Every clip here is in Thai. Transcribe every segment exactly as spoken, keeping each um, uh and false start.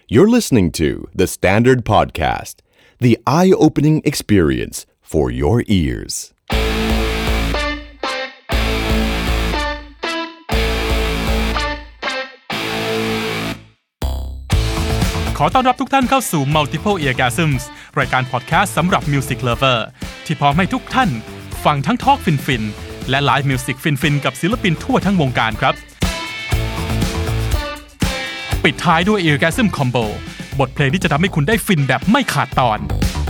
You're listening to The Standard Podcast, the eye-opening experience for your ears. ขอต้อนรับทุกท่านเข้าสู่ Multiple Eargasms รายการพอดแคสต์สำหรับ Music Lover ที่พร้อมให้ทุกท่านฟังทั้งทอล์กฟินๆและไลฟ์มิวสิกฟินๆกับศิลปินทั่วทั้งวงการครับปิดท้ายด้วย Eargasm Combo บทเพลงที่จะทำให้คุณได้ฟินแบบไม่ขาดตอน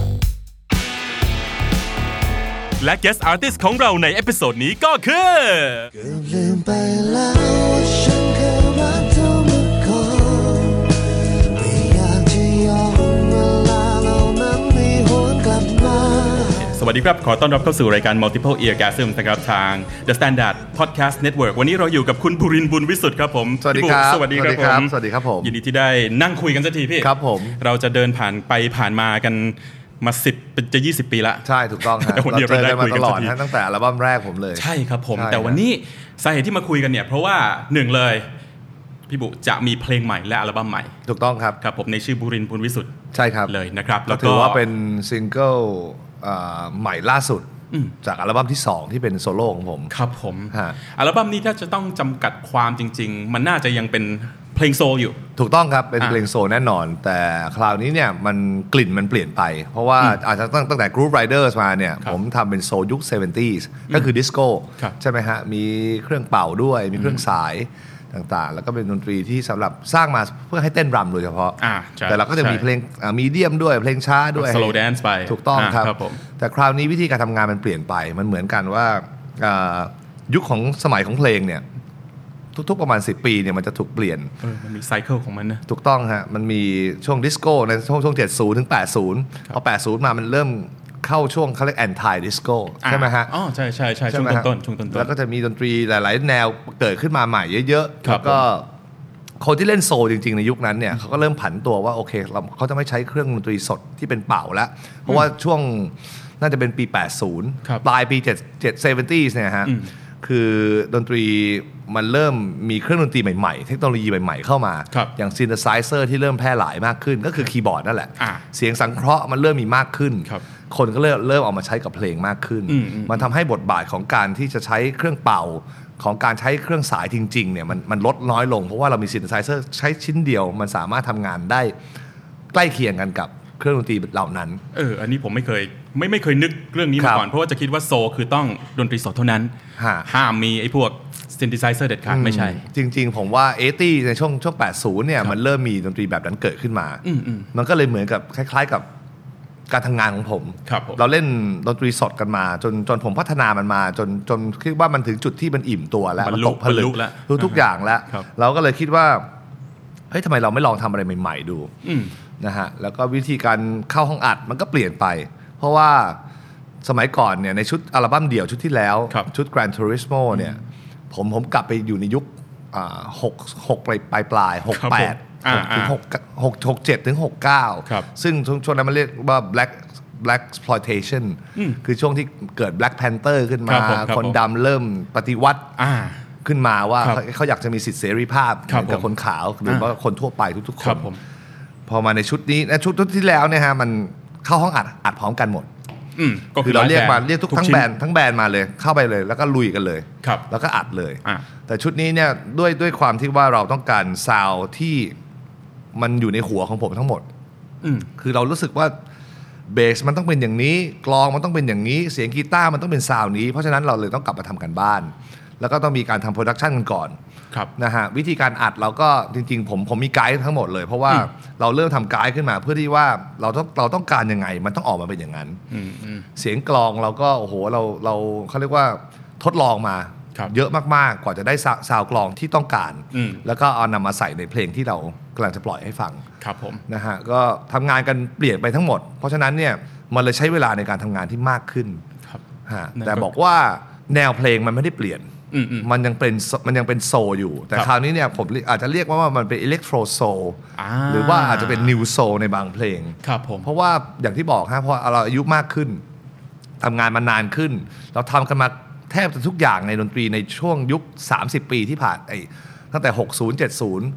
และ Guest Artist ของเราในเอพิโซดนี้ก็คือเกือบลืมไปแล้วว่าฉันเคยรักเธอเมื่อก่อนไม่อยากจะย้อนเวลาเหล่านั้นให้หวนกลับมาสวัสดีครับขอต้อนรับเข้าสู่รายการ Multiple Eargasms นะครับทาง The Standard Podcast Network วันนี้เราอยู่กับคุณบุรินทร์บุญวิสุทธิ์ครับผมสวัสดีครับสวัสดีครับผมสวัสดีครับผมยินดีที่ได้นั่งคุยกันสักทีพี่ครับผมเราจะเดินผ่านไปผ่านมากันมาสิบเป็นจะยี่สิบปีละใช่ถูกต้องครับเราเจอกันมาตลอดตั้งแต่อัลบั้มแรกผมเลยใช่ครับผมแต่วันนี้สาเหตุที่มาคุยกันเนี่ยเพราะว่าหนึ่งเลยพี่บุจะมีเพลงใหม่และอัลบั้มใหม่ถูกต้องครับครับผมในชื่อบุรินทร์บุญวิสุทธิ์ใช่ครับเลยนะครับแล้วก็ถือว่าเป็นซิงเกิลใหม่ล่าสุดจากอัลบั้มที่สองที่เป็นโซโล่ของผมครับผมอัลบั้มนี้ถ้าจะต้องจำกัดความจริงๆมันน่าจะยังเป็นเพลงโซลอยู่ถูกต้องครับเป็นเพลงโซลแน่นอนแต่คราวนี้เนี่ยมันกลิ่นมันเปลี่ยนไปเพราะว่าอาจจะตั้งตั้งแต่ Groove Riders มาเนี่ยผมทำเป็นโซลยุค เซเวนตี้ส์ ก็คือดิสโก้ใช่ไหมฮะมีเครื่องเป่าด้วยมีเครื่องสายต่างๆแล้วก็เป็นดนตรีที่สำหรับสร้างมาเพื่อให้เต้นรำโดยเฉพาะแต่เราก็จะมีเพลงมีเดียมด้วยเพลงช้าด้วย slow dance ไปถูกต้องครับแต่คราวนี้วิธีการทำงานมันเปลี่ยนไปมันเหมือนกันว่ายุคของสมัยของเพลงเนี่ยทุกๆประมาณสิบปีเนี่ยมันจะถูกเปลี่ยนมันมีไซเคิลของมันนะถูกต้องฮะมันมีช่วงดิสโก้ในช่วงช่วงเจ็ดสิบถึงแปดสิบพอแปดสิบมามันเริ่มเข้าช่วงเขาเรียกแอนตี้ดิสโก้ใช่ไหมฮะอ๋อใช่ใช่ใช่ช่วงต้นๆช่วงต้นๆแล้วก็จะมีดนตรีหลายๆแนวเกิดขึ้นมาใหม่เยอะๆแล้วก็คนที่เล่นโซลจริงๆในยุคนั้นเนี่ยเขาก็เริ่มผันตัวว่าโอเคเราเขาจะไม่ใช้เครื่องดนตรีสดที่เป็นเป่าแล้วเพราะว่าช่วงน่าจะเป็นปีแปดสิบปลายปีเจ็ดสิบ เจ็ดสิบเนี่ยฮะคือดนตรีมันเริ่มมีเครื่องดนตรีใหม่ๆเทคโนโลยีใหม่ๆเข้ามาอย่างซินเธไซเซอร์ที่เริ่มแพร่หลายมากขึ้นก็คือคีย์บอร์ดนั่นแหละเสียงสังเคราะห์มันเริ่มมีมากขึ้นคนก็เริ่มเริ่มเอามาใช้กับเพลงมากขึ้นมันทำให้บทบาทของการที่จะใช้เครื่องเป่าของการใช้เครื่องสายจริงๆเนี่ยมันมันลดน้อยลงเพราะว่าเรามีซินเธไซเซอร์ใช้ชิ้นเดียวมันสามารถทำงานได้ใกล้เคียงกันกับเครื่องดนตรีเหล่านั้นเอออันนี้ผมไม่เคยไม่ไม่เคยนึกเรื่องนี้มาก่อนเพราะว่าจะคิดว่าโซคือต้องดนตรีสดเท่านั้นห้ามมีไอ้พวกซินธิไซเซอร์เด็ดขาดไม่ใช่จริงๆผมว่าแปดสิบในช่วงช่วงแปดสิบเนี่ยมันเริ่มมีดนตรีแบบนั้นเกิดขึ้นมามันก็เลยเหมือนกับคล้ายๆกับการทำงานของผมเราเล่นดนตรีสดกันมาจนจนผมพัฒนามันมาจนจนคิดว่ามันถึงจุดที่มันอิ่มตัวแล้วมันตกผลึกรู้ทุกอย่างแล้วเราก็เลยคิดว่าเฮ้ยทำไมเราไม่ลองทำอะไรใหม่ๆดูนะฮะแล้วก็วิธีการเข้าห้องอัดมันก็เปลี่ยนไปเพราะว่าสมัยก่อนเนี่ยในชุดอัลบั้มเดี่ยวชุดที่แล้วชุด Gran Turismo เนี่ยผมผมกลับไปอยู่ในยุคหก หกปลายปลายปลายหก แปดถึงหก หก หก เจ็ดถึงหก เก้าซึ่งช่วงนั้นมันเรียกว่า Black Black Exploitation คือช่วงที่เกิด Black Panther ขึ้นมาคนดำเริ่มปฏิวัติขึ้นมาว่าเขาอยากจะมีสิทธิเสรีภาพเหมือนกับคนขาวหรือว่าคนทั่วไปทุกๆคนพอมาในชุดนี้ชุดที่แล้วเนี่ยฮะมันเข้าห้องอัดอัดพร้อมกันหมดคือเราเรียกมาเรียกทุกทั้งแบรนด์ทั้งแบรนด์มาเลยเข้าไปเลยแล้วก็ลุยกันเลยแล้วก็อัดเลยแต่ชุดนี้เนี่ยด้วยด้วยความที่ว่าเราต้องการซาวด์ที่มันอยู่ในหัวของผมทั้งหมดคือเรารู้สึกว่าเบสมันต้องเป็นอย่างนี้กลองมันต้องเป็นอย่างนี้เสียงกีตาร์มันต้องเป็นซาวด์นี้เพราะฉะนั้นเราเลยต้องกลับมาทำกันบ้านแล้วก็ต้องมีการทำโปรดักชันกันก่อนนะฮะวิธีการอัดเราก็จริงๆผมผมมีไกด์ทั้งหมดเลยเพราะว่าเราเริ่มทำไกด์ขึ้นมาเพื่อที่ว่าเราต้องเราต้องการยังไงมันต้องออกมาเป็นอย่างนั้นเสียงกลองเราก็โอ้โหเราเราเขาเรียกว่าทดลองมาเยอะมากๆกว่าจะได้ซาวด์กลองที่ต้องการแล้วก็เอานำมาใส่ในเพลงที่เรากำลังจะปล่อยให้ฟังครับผมนะฮะก็ทำงานกันเปลี่ยนไปทั้งหมดเพราะฉะนั้นเนี่ยมันเลยใช้เวลาในการทำงานที่มากขึ้นแต่บอกว่าแนวเพลงมันไม่ได้เปลี่ยนมันยังเป็นมันยังเป็นโซลอยู่แต่คราวนี้เนี่ยผมอาจจะเรียกว่ามันเป็นอิเล็กโทรโซลหรือว่าอาจจะเป็นนิวโซลในบางเพลงครับผมเพราะว่าอย่างที่บอกฮะเพราะเราอายุมากขึ้นทำงานมานานขึ้นเราทำกันมาแทบจะทุกอย่างในดนตรีในช่วงยุคสามสิบปีที่ผ่านไอ้ตั้งแต่หกสิบ เจ็ดสิบ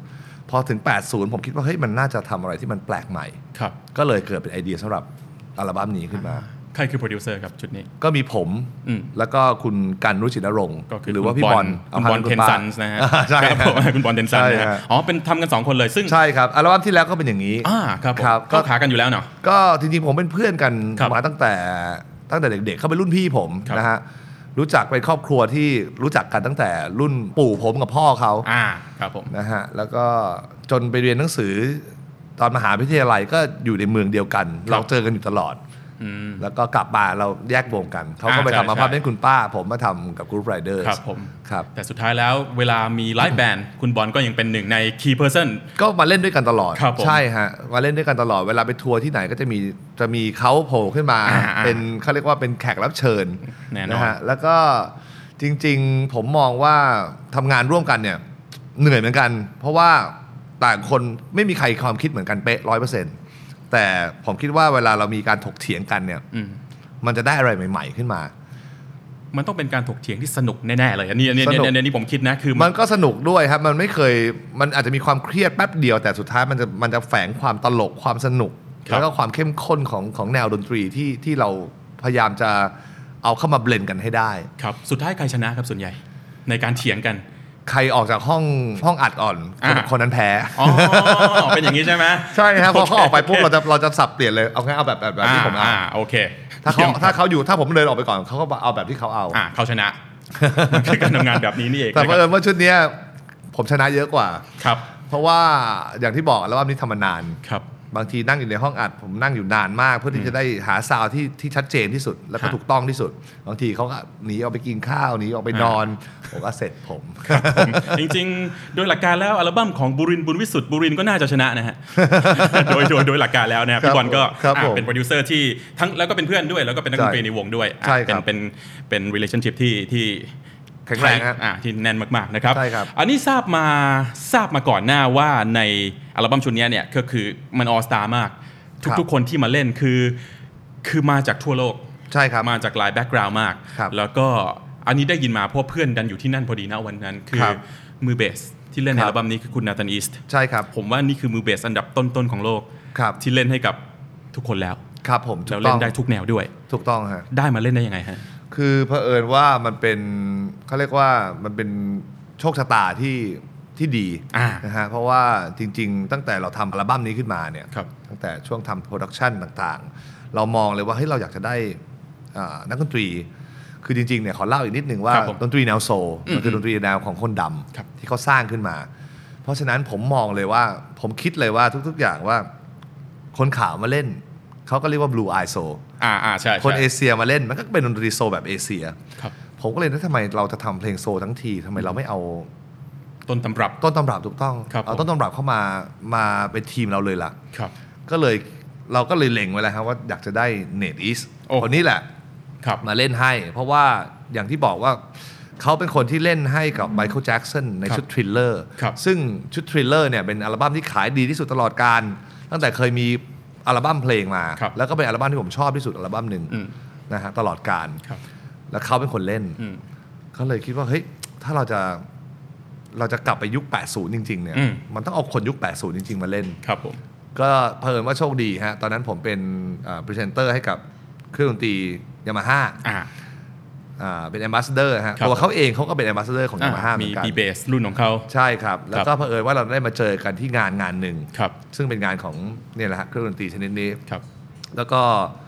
พอถึงแปดสิบผมคิดว่าเฮ้ยมันน่าจะทำอะไรที่มันแปลกใหม่ครับก็เลยเกิดเป็นไอเดียสำหรับอัลบั้มนี้ขึ้นมาใครคือโปรดิวเซอร์ครับชุดนี้ก็มีผมแล้วก็คุณกันรุจินรงค์หรือว่าพี่บอลคุณบอลเทนซันส์นะฮะใช่ครับคุณบอลเทนซันส์นะฮะอ๋อเป็นทำกันสองคนเลยซึ่งใช่ครับอัลบั้มที่แล้วก็เป็นอย่างนี้อ่าครับก็ขากันอยู่แล้วเนาะก็จริงๆผมเป็นเพื่อนกันมาตั้งแต่ตั้งแต่เด็กๆเขาเป็นรุ่นพี่ผมนะฮะรู้จักเป็นครอบครัวที่รู้จักกันตั้งแต่รุ่นปู่ผมกับพ่อเขาอ่าครับผมนะฮะแล้วก็จนไปเรียนหนังสือตอนมหาวิทยาลัยก็อยู่ในเมืองเดียวกันเราเจอกันอยู่ตลอดแล้วก็กลับมาเราแยกวงกันเขาก็ไปทำอัลบั้มเล่นคุณป้าผมมาทำกับ Groove Riders ครับผมครับแต่สุดท้ายแล้วเวลามีไลฟ์แบนด์คุณบอลก็ยังเป็นหนึ่งใน key person ก็มาเล่นด้วยกันตลอดใช่ฮะมาเล่นด้วยกันตลอดเวลาไปทัวร์ที่ไหนก็จะมีจะมีเขาโผล่ขึ้นมาเป็นเขาเรียกว่าเป็นแขกรับเชิญนะฮะแล้วก็จริงๆผมมองว่าทำงานร่วมกันเนี่ยเหนื่อยเหมือนกันเพราะว่าต่างคนไม่มีใครความคิดเหมือนกันเป๊ะ ร้อยเปอร์เซ็นต์ แต่ผมคิดว่าเวลาเรามีการถกเถียงกันเนี่ยมันจะได้อะไรใหม่ๆขึ้นมามันต้องเป็นการถกเถียงที่สนุกแน่ๆเลยอันนี้อันนี้อันนี้ผมคิดนะคือมันก็สนุกด้วยครับมันไม่เคยมันอาจจะมีความเครียดแป๊บเดียวแต่สุดท้ายมันจะมันจะแฝงความตลกความสนุกแล้วก็ความเข้มข้นของของแนวดนตรีที่ที่เราพยายามจะเอาเข้ามาเบลนด์กันให้ได้ครับสุดท้ายใครชนะครับส่วนใหญ่ในการเถียงกันใครออกจากห้องห้องอัดอ่อนคนนั้นแพ้อ๋อเป็นอย่างนี้ใช่ไหมใช่ครับพอเขาออกไปปุ๊บเราจะเราจะสับเปลี่ยนเลยเอางั้นเอาแบบแบบที่ผมเอาโอเคถ้าเขาถ้าเขาอยู่ถ้าผมเดินออกไปก่อนเขาก็เอาแบบที่เขาเอาอ่าเขาชนะคือการทำงานแบบนี้นี่เองแต่เผอิญว่าชุดนี้ผมชนะเยอะกว่าครับเพราะว่าอย่างที่บอกแล้วว่านี่ทำมานานครับบางทีนั่งอยู่ในห้องอัดผมนั่งอยู่นานมากเพื่อที่จะได้หาซาวด์ที่ที่ชัดเจนที่สุดแล้วก็ถูกต้องที่สุดบางทีเขาก็หนีออกไปกินข้าวหนีออกไปนอนผมก็เสร็จผมจริงๆโดยหลักการแล้วอัลบั้มของบุรินทร์บุญวิสุทธิ์บุรินทร์ก็น่าจะชนะนะฮะโดยโดยโดยหลักการแล้วนะพี่บอลก็เป็นโปรดิวเซอร์ที่ทั้งแล้วก็เป็นเพื่อนด้วยแล้วก็เป็นนักดนตรีในวงด้วยเป็นเป็นเป็น relationship ที่ที่แข็งแรงอ่ะที่แน่นมากๆนะครับอันนี้ทราบมาทราบมาก่อนหน้าว่าในอัลบั้มชุดนี้เนี่ยก็คือมันออลสตาร์มากทุกๆคนที่มาเล่นคือคือมาจากทั่วโลกใช่ครับมาจากหลายแบ็คกราวด์มากแล้วก็อันนี้ได้ยินมาเพราะเพื่อนดันอยู่ที่นั่นพอดีนะวันนั้นคือมือเบสที่เล่นในอัลบั้มนี้คือคุณนาธานอีสต์ใช่ครับผมว่านี่คือมือเบสอันดับต้นๆของโลกที่เล่นให้กับทุกคนแล้วครับผมแล้วเล่นได้ทุกแนวด้วยถูกต้องฮะได้มาเล่นได้ยังไงฮะคือเผอิญว่ามันเป็นเขาเรียกว่ามันเป็นโชคชะตาที่ที่ดีนะฮะเพราะว่าจริงๆตั้งแต่เราทำอัลบั้มนี้ขึ้นมาเนี่ยตั้งแต่ช่วงทำโปรดักชันต่างๆเรามองเลยว่าเฮ้ยเราอยากจะได้นักดนตรีคือจริงๆเนี่ยขอเล่าอีกนิดนึงว่าดนตรีแนวโซลมันคือดนตรีแนวของคนดำที่เขาสร้างขึ้นมาเพราะฉะนั้นผมมองเลยว่าผมคิดเลยว่าทุกๆอย่างว่าคนขาวมาเล่นเขาก็เรียกว่า Blue Eye Soul อ่าอ่าใช่คนเอเชียมาเล่นมันก็เป็นดนตรีโซลแบบเอเชียผมก็เลยนึกทำไมเราจะทำเพลงโซลทั้งทีทำไมเราไม่เอาต้นตำรับต้นตำรับถูกต้องเอาต้นตำรับเข้ามามาเป็นทีมเราเลยล่ะก็เลยเราก็เลยเล็งไว้แล้วครับว่าอยากจะได้เนทอีสคนนี้แหละมาเล่นให้เพราะว่าอย่างที่บอกว่าเขาเป็นคนที่เล่นให้กับไมเคิลแจ็กสันในชุดทริลเลอร์ซึ่งชุดทริลเลอร์เนี่ยเป็นอัลบั้มที่ขายดีที่สุดตลอดกาลตั้งแต่เคยมีอัลบั้มเพลงมาแล้วก็เป็นอัลบั้มที่ผมชอบที่สุดอัลบั้มหนึ่งนะฮะตลอดกาลแล้วเขาเป็นคนเล่นเขาเลยคิดว่าเฮ้ยถ้าเราจะเราจะกลับไปยุคแปดสิบจริงๆเนี่ยมันต้องเอาคนยุคแปดสิบจริงๆมาเล่นครับผมก็เพิ่มว่าโชคดีฮะตอนนั้นผมเป็นพรีเซนเตอร์ให้กับเครื่องดนตรียามาฮ่าเป็นแอมบาสเดอร์ฮะตัวเขาเองเขาก็เป็นแอมบาสเดอร์ของยามาฮ่าเหมือนกันมีเบสรุ่นของเขาใช่ครับแล้วก็เพิ่มว่าเราได้มาเจอกันที่งานงานหนึ่งซึ่งเป็นงานของเนี่ยแหละฮะเครื่องดนตรีชนิดนี้แล้วก็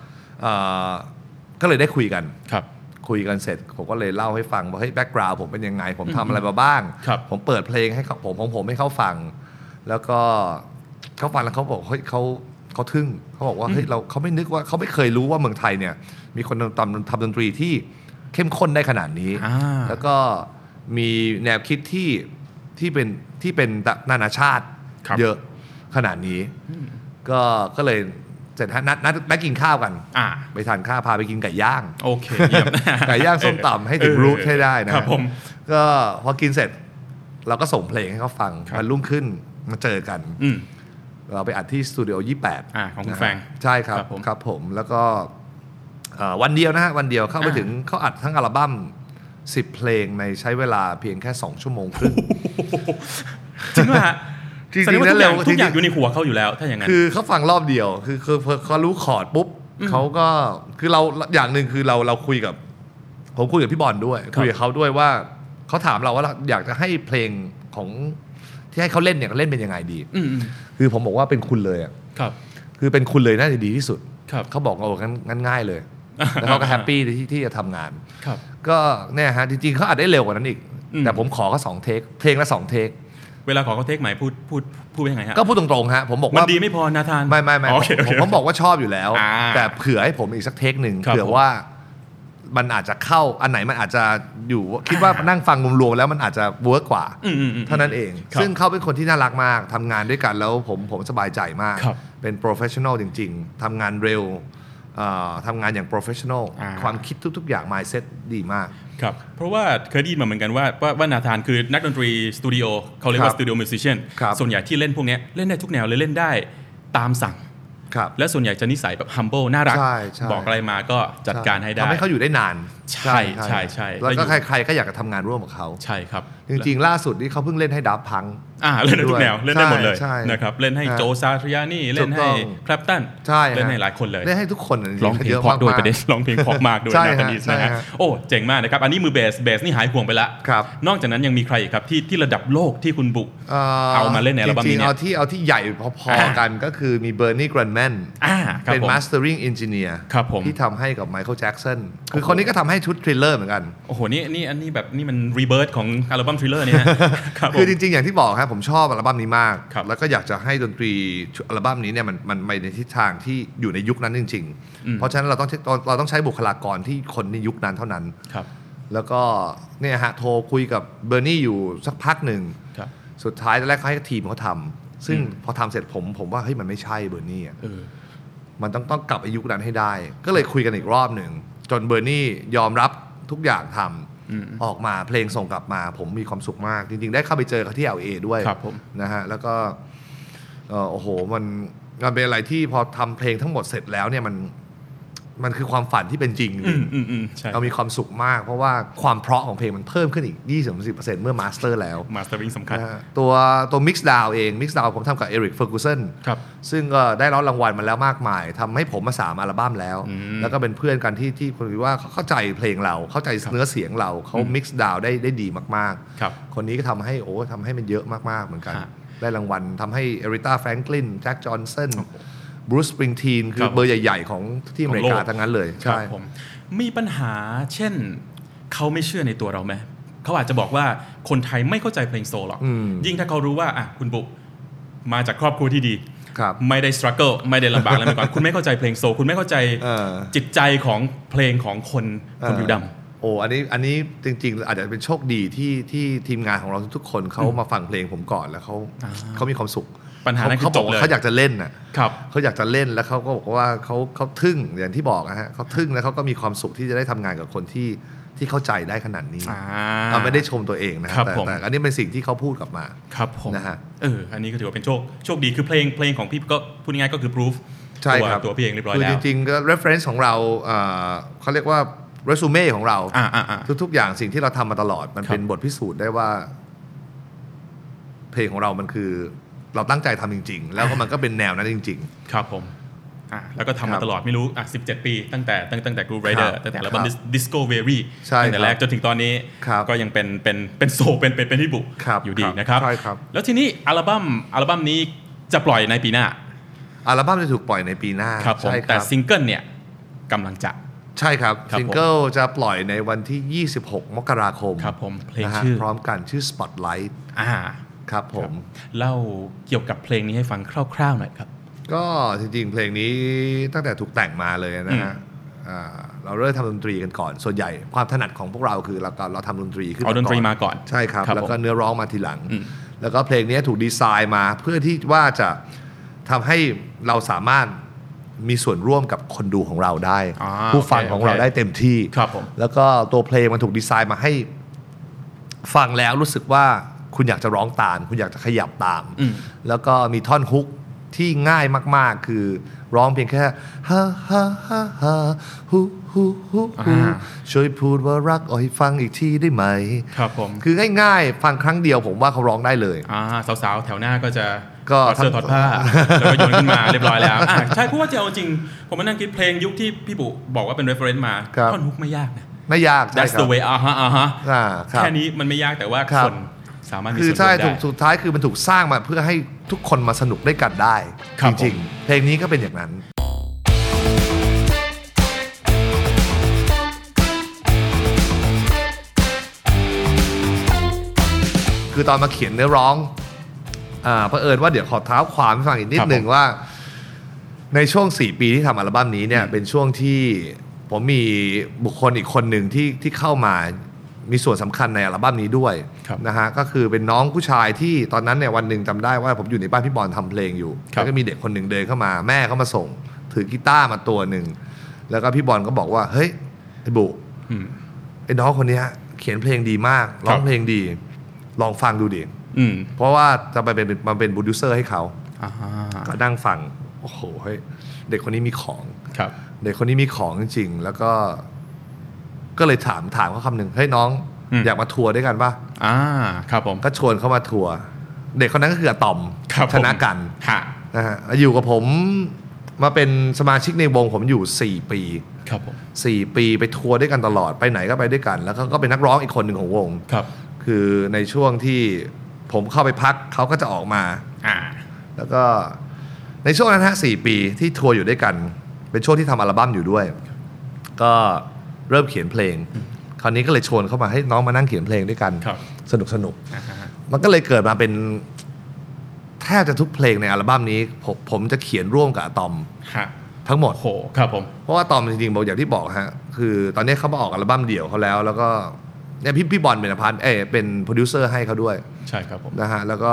ก็เลยได้คุยกันคุยกันเสร็จผมก็เลยเล่าให้ฟังว่าเฮ้ยแบ็คกราวด์ผมเป็นยังไงผมทำอะไรมาบ้างผมเปิดเพลงให้ผมของผมให้เขาฟังแล้วก็เขาฟังแล้วเขาบอกเฮ้ยเขาเขาทึ่งเขาบอกว่าเฮ้ยเราเขาไม่นึกว่าเขาไม่เคยรู้ว่าเมืองไทยเนี่ยมีคนทำทำดนตรีที่เข้มข้นได้ขนาดนี้แล้วก็มีแนวคิดที่ที่เป็นที่เป็นนานาชาติเยอะขนาดนี้ก็ก็เลยเสร็จนัดนัดไปกินข้าวกันไปทานข้าวพาไปกินไก่ย่างโอเคไก่ย่างส้มตำให้ถึงรูทให้ได้นะครับผมก็พอกินเสร็จเราก็ส่งเพลงให้เขาฟังวันรุ่งขึ้นมาเจอกันเราไปอัดที่สตูดิโอยี่สิบแปดอ่าของคุณแฟงใช่ครับครับผมแล้วก็วันเดียวนะฮะวันเดียวเข้าไปถึงเขาอัดทั้งอัลบั้มสิบเพลงในใช้เวลาเพียงแค่สองชั่วโมงครึ่งจริงป่ะฮะจริงๆแล้วเร็วทุกอย่างอยู่ในหัวเขาอยู่แล้วถ้าอย่างนั้นคือเขาฟังรอบเดียวคือคือเขารู้คอร์ดปุ๊บเขาก็คือเราอย่างหนึ่งคือเราเราคุยกับผมคุยกับพี่บอลด้วยคุยกับเขาด้วยว่าเขาถามเราว่าอยากจะให้เพลงของที่ให้เขาเล่นเนี่ยเล่นเป็นยังไงดีคือผมบอกว่าเป็นคุณเลยอ่ะคือเป็นคุณเลยน่าจะดีที่สุดเขาบอกโอ้งั้นง่ายเลยแล้วเขาก็แฮปปี้ที่ที่จะทำงานก็เนี่ยฮะจริงๆเขาอาจได้เร็วกว่านั้นอีกแต่ผมขอเขาสองเทคเพลงละสองเทคเวลาขอเขาเทคใหม่พูดพูดพูดยังไงฮะก็พูดตรงๆฮะผมบอกว่ามันดีไม่พอนาธานไม่ไม่ไม่ผมบอกว่าชอบอยู่แล้วแต่เผื่อให้ผมอีกสักเทคหนึ่งเผื่อว่ามันอาจจะเข้าอันไหนมันอาจจะอยู่คิดว่านั่งฟังรวมๆแล้วมันอาจจะเวิร์กกว่าเท่านั้นเองซึ่งเขาเป็นคนที่น่ารักมากทำงานด้วยกันแล้วผมผมสบายใจมากเป็นโปรเฟชชั่นอลจริงๆทำงานเร็วทำงานอย่างโปรเฟชชั่นอลความคิดทุกๆอย่าง mindset ดีมากครับเพราะว่าเคยได้ยินมาเหมือนกันว่าว่านาธานคือนักดนตรีสตูดิโอเขาเรียกว่าสตูดิโอมิวสิชเชียนส่วนใหญ่ที่เล่นพวกนี้เล่นได้ทุกแนวเลยเล่นได้ตามสั่งและส่วนใหญ่จะนิสัยแบบ humble น่ารักบอกอะไรมาก็จัดการให้ได้ทำให้เขาอยู่ได้นานใช่ใช่ใช่แล้วก็ใครๆก็อยากจะทำงานร่วมกับเขาใช่ครับจริงๆล่าสุดนี่เขาเพิ่งเล่นให้ดับพังอ่าเล่นได้ทุกแนวเล่นได้หมดเลยนะครับเล่นให้โจซาทริยานี่เล่นให้แคลปตันเล่นให้หลายคนเลยเล่นให้ทุกคนร้องเพลงเพราะด้วยประเด็นร้องเพลงเพราะมากด้วยนะกันดีนะฮะโอ้เจ๋งมากนะครับอันนี้มือเบสเบสนี่หายห่วงไปแล้วนอกจากนั้นยังมีใครอีกครับที่ที่ระดับโลกที่คุณบุเอามาเล่นในอัลบั้มนี้เนี่ยเอาที่เอาที่ใหญ่พอๆกันก็คือมีเบอร์นีแกรนแมนเป็น mastering engineer ที่ทำให้กับไมเคิลแจ็คสันคือคนนี้ก็ทำให้ชุดทริลเลอร์เหมือนกันโอ้โหนี่นี่อันนี้แบบนี่มันรีเบิร์ธของอัลบั้มทริลเลอร์เนี่ยคือจริงๆอย่างที่บอกครับผมชอบอัลบั้มนี้มากแล้วก็อยากจะให้ดนตรีอัลบั้มนี้เนี่ยมันมันไปในทิศทางที่อยู่ในยุคนั้นจริงๆเพราะฉะนั้นเราต้องเราต้องใช้บุคลากรที่คนในยุคนั้นเท่านั้นแล้วก็เนี่ยฮะโทรคุยกับเบอร์นี่อยู่สักพักหนึ่งสุดท้ายตอนแรกเขาให้ทีมเขาทำซึ่งพอทำเสร็จผมผมว่าเฮ้ยมันไม่ใช่เบอร์นี่อ่ะมันต้องต้องกลับไปยุคนั้นให้ได้ก็เลยคุยกันอีกรอบหนึ่งจนเบอร์นี่ยอมรับทุกอย่างทำออกมาเพลงส่งกลับมาผมมีความสุขมากจริงๆได้เข้าไปเจอเขาที่ แอล เอ ด้วยนะฮะแล้วก็โอ้โหมันมันเป็นอะไรที่พอทำเพลงทั้งหมดเสร็จแล้วเนี่ยมันมันคือความฝันที่เป็นจริงเรามีความสุขมากเพราะว่าความเพราะของเพลงมันเพิ่มขึ้นอีก ยี่สิบถึงสิบเปอร์เซ็นต์ เมื่อมาสเตอร์แล้วมาสเตอร์ริงสำคัญตัวตัว Mix Down เอง Mix Down ผมทำกับ Eric Ferguson ซึ่งก็ได้รับรางวัลมาแล้วมากมายทำให้ผมมาสามอัลบั้มแล้วแล้วก็เป็นเพื่อนกันที่ที่คนคิดว่าเขาเข้าใจเพลงเราเข้าใจเนื้อเสียงเราเขา Mix Down ได้ได้ดีมากๆคนนี้ก็ทำให้โอ้ทำให้มันเยอะมากๆเหมือนกันได้รางวัลทำให้เอริต้าแฟรงคลินแจ็คจอห์นสันบรูซ สปริงทีนคือเบอร์ใหญ่ๆของที่อเมริกาทั้งนั้นเลยใช่ผมมีปัญหาเช่นเขาไม่เชื่อในตัวเราไหมเขาอาจจะบอกว่าคนไทยไม่เข้าใจเพลงโซลหรอกยิ่งถ้าเขารู้ว่าอ่ะคุณบุมาจากครอบครัวที่ดีไม่ได้สตรักเกิลไม่ได้ลำบากอะไรมาก่อนคุณไม่เข้าใจเพลงโซลคุณไม่เข้าใจจิตใจของเพลงของคนคนผิวดำโอ้อันนี้อันนี้จริงๆอาจจะเป็นโชคดีที่ที่ทีมงานของเราทุกคนเขามาฟังเพลงผมก่อนแล้วเขาเขามีความสุขปัญหานั้นคือจบเลยเขาอยากจะเล่นน่ะเขาอยากจะเล่นแล้วเขาก็บอกว่าเขาเขาทึ่งอย่างที่บอกนะฮะเขาทึ่งแล้วเขาก็มีความสุขที่จะได้ทำงานกับคนที่ที่เข้าใจได้ขนาดนี้เราไม่ได้ชมตัวเองนะแต่แต่อันนี้เป็นสิ่งที่เขาพูดกลับมาครับผมนะฮะเอออันนี้ก็ถือว่าเป็นโชคโชคดีคือเพลงเพลงของพี่ก็พูดง่ายๆก็คือ proof ใช่ครับตัวพี่เองเรียบร้อยแล้วคือจริงๆก็ reference ของเราเขาเรียกว่าเรซูเม่ของเราทุกๆอย่างสิ่งที่เราทำมาตลอดมันเป็นบทพิสูจน์ได้ว่าเพลงของเรามันคือเราตั้งใจทำจริงๆแล้วก็มันก็เป็นแนวนั้นจริงๆครับผมอ่ะแล้วก็ทำมาตลอดไม่รู้อ่ะสิบเจ็ดปีตั้งแต่ตั้งตั้งแต่ Groove Rider ตั้งแต่อัลบั้ม Disco Very ตั้งแต่แรกจนถึงตอนนี้ก็ยังเป็นเป็นเป็นโซเป็นเป็นเป็นที่บุอยู่ดีนะครับแล้วทีนี้อัลบั้มอัลบั้มนี้จะปล่อยในปีหน้าอัลบั้มจะถูกปล่อยในปีหน้าครับผมแต่ซิงเกิลเนี่ยกำลังจะใช่ครับซิงเกิลจะปล่อยในวันที่ยี่สิบหกมกราคมครับผมเพลงชื่อพร้อมกันชื่อ Spotlight อ่าครับผมเล่าเกี่ยวกับเพลงนี้ให้ฟังคร่าวๆหน่อยครับก็จริงๆเพลงนี้ตั้งแต่ถูกแต่งมาเลยนะฮะเราเริ่มทำดนตรีกันก่อนส่วนใหญ่ความถนัดของพวกเราคือเราเราทำดนตรีขึ้นมาก่อนเอาดนตรีมาก่อนใช่ครับแล้วก็เนื้อร้องมาทีหลังแล้วก็เพลงนี้ถูกดีไซน์มาเพื่อที่ว่าจะทำให้เราสามารถมีส่วนร่วมกับคนดูของเราได้ผู้ฟังของเราได้เต็มที่แล้วก็ตัวเพลงมันถูกดีไซน์มาให้ฟังแล้วรู้สึกว่าคุณอยากจะร้องตามคุณอยากจะขยับตามแล้วก็มีท่อนฮุกที่ง่ายมากๆคือร้องเพียงแค่ฮ่าฮ่าฮ่าฮ่าฮูฮูฮูฮูช่วยพูดว่ารักเอาให้ฟังอีกทีได้ไหมครับผมคือง่ายๆฟังครั้งเดียวผมว่าเขาร้องได้เลยอ่าสาวๆแถวหน้าก็จะก็ถอดเสื้อถอดผ้าแล้วก็โยนขึ้นมาเรียบร้อยแล้วอ่าใช่เพราะว่าจะเอาจริงผมมานั่งคิดเพลงยุคที่พี่บุบอกว่าเป็น reference มาท่อนฮุกไม่ยากนะไม่ยาก That's the way อ่าฮะอ่าฮะแค่นี้มันไม่ยากแต่ว่าคนสามารถมีส่วนร่วมได้คือใช่สุดท้ายคือมันถูกสร้างมาเพื่อให้ทุกคนมาสนุกด้วยกันได้จริงๆเพลงนี้ก็เป็นอย่างนั้นคือตอนมาเขียนเนื้อร้องอ่าเผอิญว่าเดี๋ยวขอเท้าความให้ฟังอีกนิดหนึ่งว่าในช่วงสี่ปีที่ทำอัลบั้มนี้เนี่ยเป็นช่วงที่ผมมีบุคคลอีกคนหนึ่งที่ที่เข้ามามีส่วนสำคัญในอัลบั้มนี้ด้วยนะฮะก็คือเป็นน้องผู้ชายที่ตอนนั้นเนี่ยวันหนึ่งจำได้ว่าผมอยู่ในบ้านพี่บอลทำเพลงอยู่แล้วก็มีเด็กคนหนึ่งเดินเข้ามาแม่เขามาส่งถือกีตาร์มาตัวหนึ่งแล้วก็พี่บอลก็บอกว่าเฮ้ยไอ้บุไอ้น้องคนนี้เขียนเพลงดีมากร้องเพลงดีลองฟังดูดิเพราะว่าจะไปเป็นมาเป็นโปรดิวเซอร์ให้เขาก็นั่งฟังโอ้โหเฮ้ยเด็กคนนี้มีของเด็กคนนี้มีของจริงๆแล้วก็ก็เลยถามถามเขาคำหนึ่งเฮ้ยน้องอยากมาทัวร์ด้วยกันป่ะอ่าครับผมก็ชวนเขามาทัวร์เด็กคนนั้นก็คืออะตอมชนะกันนะฮะอยู่กับผมมาเป็นสมาชิกในวงผมอยู่สี่ปีครับผมสี่ปีไปทัวร์ด้วยกันตลอดไปไหนก็ไปด้วยกันแล้วเขาก็เป็นนักร้องอีกคนหนึ่งของวงครับคือในช่วงที่ผมเข้าไปพักเขาก็จะออกมาอ่าแล้วก็ในช่วงนั้นฮะสี่ปีที่ทัวร์อยู่ด้วยกันเป็นช่วงที่ทำอัลบั้มอยู่ด้วยก็เริ่มเขียนเพลงคราวนี้ก็เลยชวนเข้ามาให้น้องมานั่งเขียนเพลงด้วยกันสนุกสนุกมันก็เลยเกิดมาเป็นแทบจะทุกเพลงในอัลบั้มนี้ผมผมจะเขียนร่วมกับอะตอมทั้งหมดโหครับผมเพราะว่าอะตอมจริงๆบอกอย่างที่บอกฮะคือตอนนี้เขามาออกอัลบั้มเดี่ยวเขาแล้วแล้วก็เนี่ยพี่พี่บอลเป็นพาร์ทเออเป็นโปรดิวเซอร์ให้เขาด้วยใช่ครับผมนะฮะแล้วก็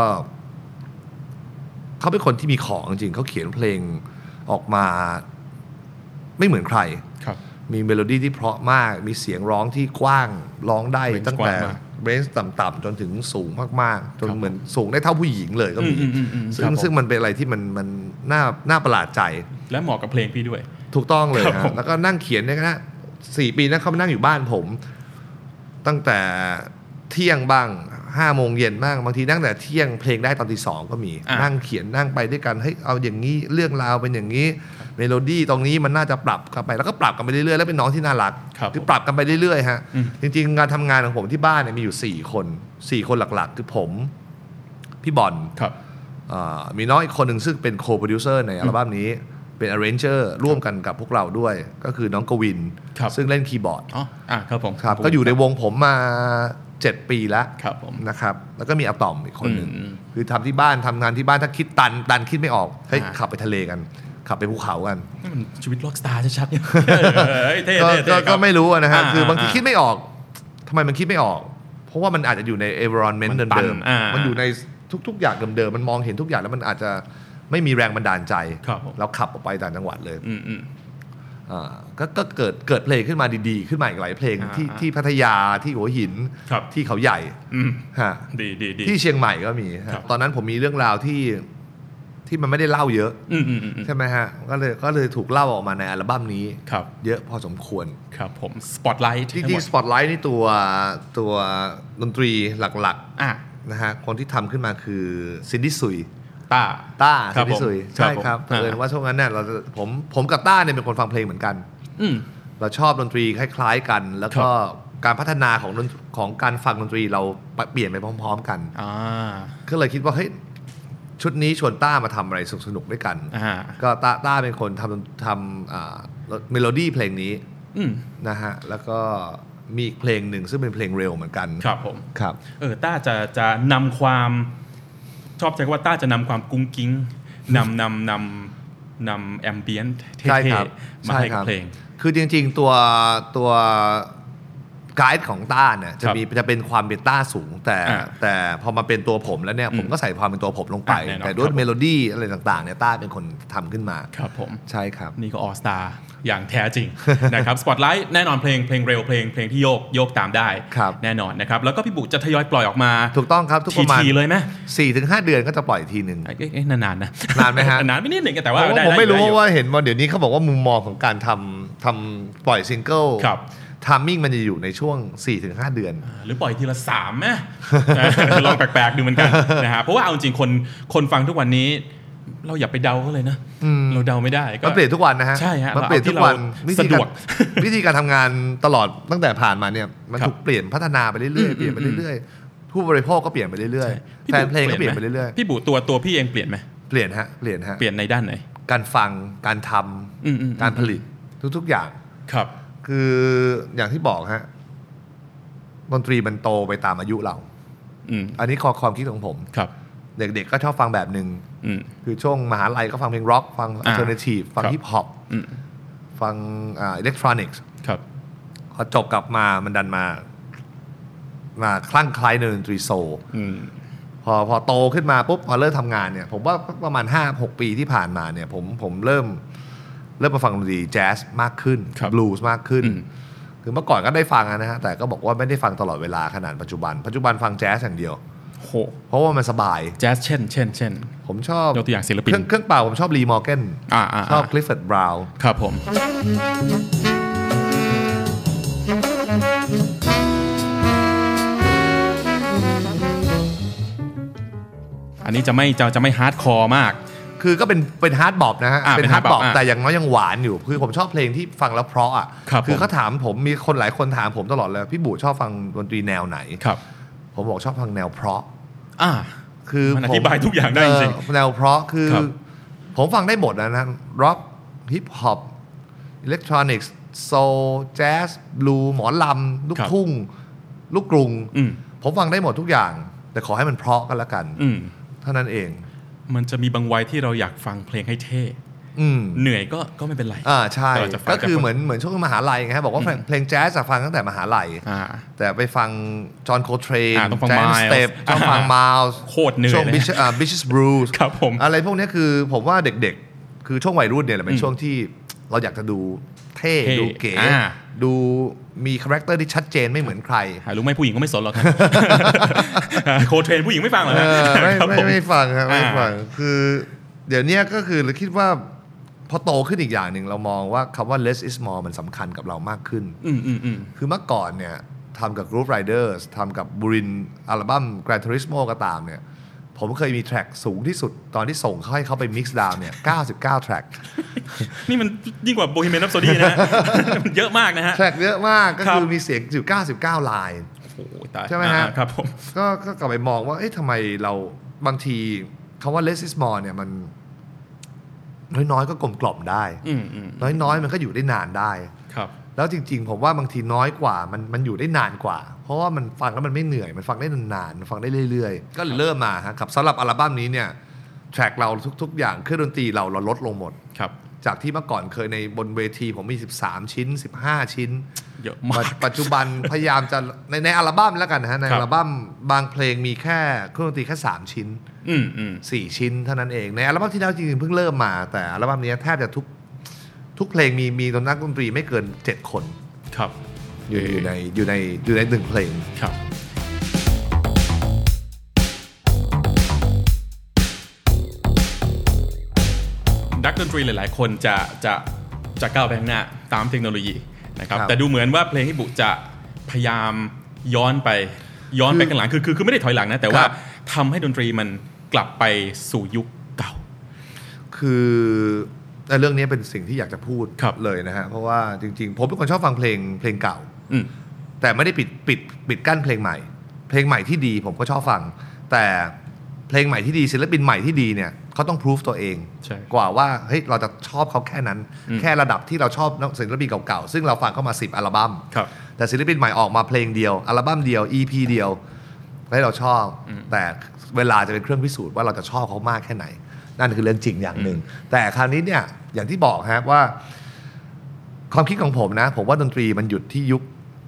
เขาเป็นคนที่มีของจริงเขาเขียนเพลงออกมาไม่เหมือนใครมีเมโลดี้ที่เพราะมากมีเสียงร้องที่กว้างร้องได้ตั้งแต่เรนจ์ต่ำๆจนถึงสูงมากๆจนเหมือนสูงได้เท่าผู้หญิงเลยก็มีซึ่งซึ่งมันเป็นอะไรที่มันมันน่าน่าประหลาดใจและเหมาะกับเพลงพี่ด้วยถูกต้องเลยนะแล้วก็นั่งเขียนเนี่ยนะสี่ปีนั้นเขามานั่งอยู่บ้านผมตั้งแต่เที่ยงบ้างห้าโมงเย็นบ้างบางทีนั่งแต่เที่ยงเพลงได้ตอนตีสองก็มีนั่งเขียนนั่งไปด้วยกันให้เอาอย่างนี้เรื่องราวเป็นอย่างนี้เมโลดี้ตรงนี้มันน่าจะปรับกันไปแล้วก็ปรับกันไปเรื่อยๆแล้วเป็นน้องที่น่ารักคือปรับกันไปเรื่อยๆฮะจริงๆงานทำงานของผมที่บ้านเนี่ยมีอยู่สี่คนสี่คนหลักๆคือผมพี่บอลมีน้องอีกคนหนึ่งซึ่งเป็นโคโปรดิวเซอร์ในอัลบั้มนี้เป็น arranger ร่วมกันกับพวกเราด้วยก็คือน้องกวินซึ่งเล่นคีย์บอร์ดอ๋ออ่ะครับผมครับก็อยู่ในวงผมมาเจ็ดปีแล้วนะครับแล้วก็มีอะตอมอีกคนหนึ่งคือทำที่บ้านทำงานที่บ้านถ้าคิดตันตันคิดไม่ออกเฮ้ยขับไปทะเลกันขับไปภูเขากันนี่มันชีวิตร็อกสตาร์ชัดๆเนี่ยก็ไม่รู้นะฮะคือบางทีคิดไม่ออกทำไมมันคิดไม่ออกเพราะว่ามันอาจจะอยู่ใน environment เดิมๆมันอยู่ในทุกๆอย่างเดิมๆมันมองเห็นทุกอย่างแล้วมันอาจจะไม่มีแรงบันดาลใจเราขับออกไปต่างจังหวัดเลยก็เกิดเกิดเพลงขึ้นมาดีๆขึ้นมาอีกหลายเพลงที่ที่พัทยาที่หัวหินที่เขาใหญ่ที่เชียงใหม่ก็มีตอนนั้นผมมีเรื่องราวที่ที่มันไม่ได้เล่าเยอะใช่ไหมฮะก็เลยก็เลยถูกเล่าออกมาในอัลบั้มนี้เยอะพอสมควรครับผมสปอตไลท์จริงๆสปอตไลท์นี่ตัวตัวดนตรีหลักๆนะฮะคนที่ทำขึ้นมาคือซินดี้ซุยต้าต้าซินดี้ซุยใช่ครับเผอิญว่าช่วงนั้นเนี่ยเราผมผมกับต้าเนี่ยเป็นคนฟังเพลงเหมือนกันเราชอบดนตรีคล้ายๆกันแล้วก็การพัฒนาของของการฟังดนตรีเราเปลี่ยนไปพร้อมๆกันก็เลยคิดว่าเฮ้ยชุดนี้ชวนต้ามาทำอะไรสนุกๆด้วยกันก็ต้าต้าเป็นคนทำทำเมโลดี้เพลงนี้นะฮะแล้วก็มีอีกเพลงหนึ่งซึ่งเป็นเพลงเร็วเหมือนกันครับผมครับเออต้าจะจะนำความชอบใจว่าต้าจะนำความกุ้งกิ้งนำนำนำนำแอมเบียนเท่ๆมาให้กับเพลงคือจริงๆตัวตัวไกด์ของต้าเนี่ยจะมีจะเป็นความเป็นต้าสูงแต่แต่พอมาเป็นตัวผมแล้วเนี่ยผมก็ใส่ความเป็นตัวผมลงไปแต่ด้วยเมโลดี้อะไรต่างๆเนี่ยต้าเป็นคนทำขึ้นมาครับผมใช่ครับนี่ก็ออสตาอย่างแท้จริง นะครับสปอตไลท์แน่นอนเพลงเพลงเร็วเพลงเพลงที่โยกโยกตามได้แน่นอนนะครับแล้วก็พี่บุจะทยอยปล่อยออกมาถูกต้องครับทุกประมาณทีเลยไหมสี่ถึงห้า เดือนก็จะปล่อยทีนึงเอ๊ะนานๆนะนานไหมฮะนานไม่นิดหนึ่งแต่ว่าผมไม่รู้ว่าเห็นว่าเดี๋ยวนี้เขาบอกว่ามุมมองของการทำทำปล่อยซิงเกิลทามมิ่งมันจะอยู่ในช่วง สี่ถึงห้า เดือนหรือปล่อยทีละสามไหมลองแปลกๆดูเหมือนกันนะฮะเพราะว่าเอาจริงคนคนฟังทุกวันนี้เราอย่าไปเดาเขาเลยนะเราเดาไม่ได้ก็เปลี่ยนทุกวันนะฮะใช่ฮะมันเปลี่ยนทุกวันวิธีการวิธีการทำงานตลอดตั้งแต่ผ่านมาเนี่ยมันถูกเปลี่ยนพัฒนาไปเรื่อยๆเปลี่ยนไปเรื่อยๆผู้บริโภคก็เปลี่ยนไปเรื่อยๆแฟนเพลงก็เปลี่ยนไปเรื่อยๆพี่บุตัวตัวพี่เองเปลี่ยนไหมเปลี่ยนฮะเปลี่ยนฮะเปลี่ยนในด้านไหนการฟังการทำการผลิตทุกๆอย่างครับคืออย่างที่บอกฮะดนตรีมันโตไปตามอายุเราอันนี้ข้อความคิดของผมครับเด็กๆก็ชอบฟังแบบนึงคือช่วงมหาลัยก็ฟังเพลงร็อกฟังอัลเทอร์เนทีฟฟังฮิปฮอปฟังอิเล็กทรอนิกส์พอจบกลับมามันดันมามาคลั่งไคล้ในดนตรีโซลพอพอโตขึ้นมาปุ๊บพอเริ่มทำงานเนี่ยผมว่าประมาณ ห้าหก ปีที่ผ่านมาเนี่ยผมผมเริ่มเริ่มมาฟังดนตรีแจ๊สมากขึ้นบลูส์มากขึ้นคือเมื่อก่อนก็ได้ฟังนะฮะแต่ก็บอกว่าไม่ได้ฟังตลอดเวลาขนาดปัจจุบันปัจจุบันฟังแจ๊สอย่างเดียวเพราะว่ามันสบายแจ๊สเช่นเช่นเช่นผมชอบยกตัวอย่างศิลปินเครื่องเป่าผมชอบลีมอร์แกนชอบคลิฟฟอร์ดบราวน์ครับผมอันนี้จะไม่จะจะไม่ฮาร์ดคอร์มากคือก็เป็นเป็นฮาร์ดบอปนะฮะเป็นฮาร์ดบอปแต่อย่างน้อยยังหวานอยู่คือผมชอบเพลงที่ฟังแล้วเพราะอ่ะคือเขาถามผมมีคนหลายคนถามผมตลอดเลยพี่บุชอบฟังดนตรีแนวไหนผมบอกชอบฟังแนวเพราะอ่าคือมันอธิบายทุกอย่างได้จริงแนวเพราะคือผมฟังได้หมดนะนะร็อกฮิปฮอปอิเล็กทรอนิกส์โซลแจ๊สบลูหมอลำลูกทุ่งลูกกรุงผมฟังได้หมดทุกอย่างแต่ขอให้มันเพราะกันละกันเท่านั้นเองมันจะมีบางวัยที่เราอยากฟังเพลงให้เท่เหนื่อยก็ก็ไม่เป็นไรอ่าใช่ก็คือเหมือนเหมือนช่วงมหาลัยไงครับบอกว่าเพลงแจ๊สฟังตั้งแต่มหาลัยแต่ไปฟังจอห์นโคเทรนแจนสเตปต้องฟังมาลส์โคตรเหนื่อยช่วงบิชชัสบรูซครับผมอะไรพวกนี้คือผมว่าเด็กๆคือช่วงวัยรุ่นเนี่ยแหละเป็นช่วงที่เราอยากจะดูเท่ดูเก๋ดูมีคาแรคเตอร์ที่ชัดเจนไม่เหมือนใครหารู้ไหมผู้หญิงก็ไม่สนหรอกโคเทรนผู้หญิงไม่ฟังหรอกไม่ไม่ไม่ฟังครับไม่ฟังคือเดี๋ยวนี้ก็คือเราคิดว่าพอโตขึ้นอีกอย่างหนึ่งเรามองว่าคำว่า less is more มันสำคัญกับเรามากขึ้นคือเมื่อก่อนเนี่ยทำกับ Groove Riders ทำกับบุรินอัลบั้ม Gran Turismo ก็ตามเนี่ยผมเคยมีแทร็กสูงที่สุดตอนที่ส่งเขาให้เขาไป mix down เนี่ยเก้าสิบเก้าแทร็กนี่มันยิ่งกว่า Bohemian Rhapsody นะมันเยอะมากนะฮะแทร็กเยอะมากก็คือมีเสียงอยู่เก้าสิบเก้าลายใช่ไหมฮะครับผมก็ก็กลับไปมองว่าเอ๊ะทำไมเราบางทีคำว่า less is more เนี่ยมันน้อยๆก็กลมกล่อมได้น้อยๆมันก็อยู่ได้นานได้ครับแล้วจริงๆผมว่าบางทีน้อยกว่ามันมันอยู่ได้นานกว่าเพราะว่ามันฟังแล้วมันไม่เหนื่อยมันฟังได้นานๆมันฟังได้เรื่อยๆก็เลยเริ่มมาครับสำหรับอัลบั้มนี้เนี่ยแทร็กเราทุกๆอย่างเครื่องดนตรีเราเราลดลงหมดครับจากที่เมื่อก่อนเคยในบนเวทีผมมีสิบสามชิ้นสิบห้าชิ้นเยอะมากปัจจุบันพยายามจะในในอัลบั้มแล้วกันนะฮะในอัลบั้มบางเพลงมีแค่เครื่องดนตรีแค่สามชิ้นสี่ชิ้นเท่านั้นเองในอัลบั้มที่แล้วจริงๆเพิ่งเริ่มมาแต่อัลบั้มนี้แทบจะทุกทุกเพลงมีมีนักดนตรีไม่เกินเจ็ดคนครับอยู่อยู่ในอยู่ในอยู่ในหนึ่งเพลงครับนักดนตรีหลายๆคนจะจะจะก้าวไปข้างหน้าตามเทคโนโลยีนะครับแต่ดูเหมือนว่าเพลงที่บุจะพยายามย้อนไปย้อนไปข้างหลังคือคือคือไม่ได้ถอยหลังนะแต่ว่าทำให้ดนตรีมันกลับไปสู่ยุคเก่าคือเรื่องนี้เป็นสิ่งที่อยากจะพูดเลยนะฮะเพราะว่าจริงๆผมเป็นคนชอบฟังเพลงเพลงเก่าแต่ไม่ได้ปิดปิดปิดกั้นเพลงใหม่เพลงใหม่ที่ดีผมก็ชอบฟังแต่เพลงใหม่ที่ดีศิลปินใหม่ที่ดีเนี่ยเขาต้องพิสูจตัวเองกว่าว่าเฮ้ยเราจะชอบเขาแค่นั้นแค่ระดับที่เราชอบศิลปินเก่าๆซึ่งเราฟังเข้ามาสิบอัลบั้มแต่ศิลปินใหม่ออกมาเพลงเดียวอัลบั้มเดียว อี พี เดียวให้เราชอบแต่เวลาจะเป็นเครื่องพิสูจน์ว่าเราจะชอบเขามากแค่ไหนนั่นคือเรื่องจริงอย่างหนึ่งแต่คราวนี้เนี่ยอย่างที่บอกฮะว่าความคิดของผมนะผมว่าดนตรีมันหยุดที่ยุค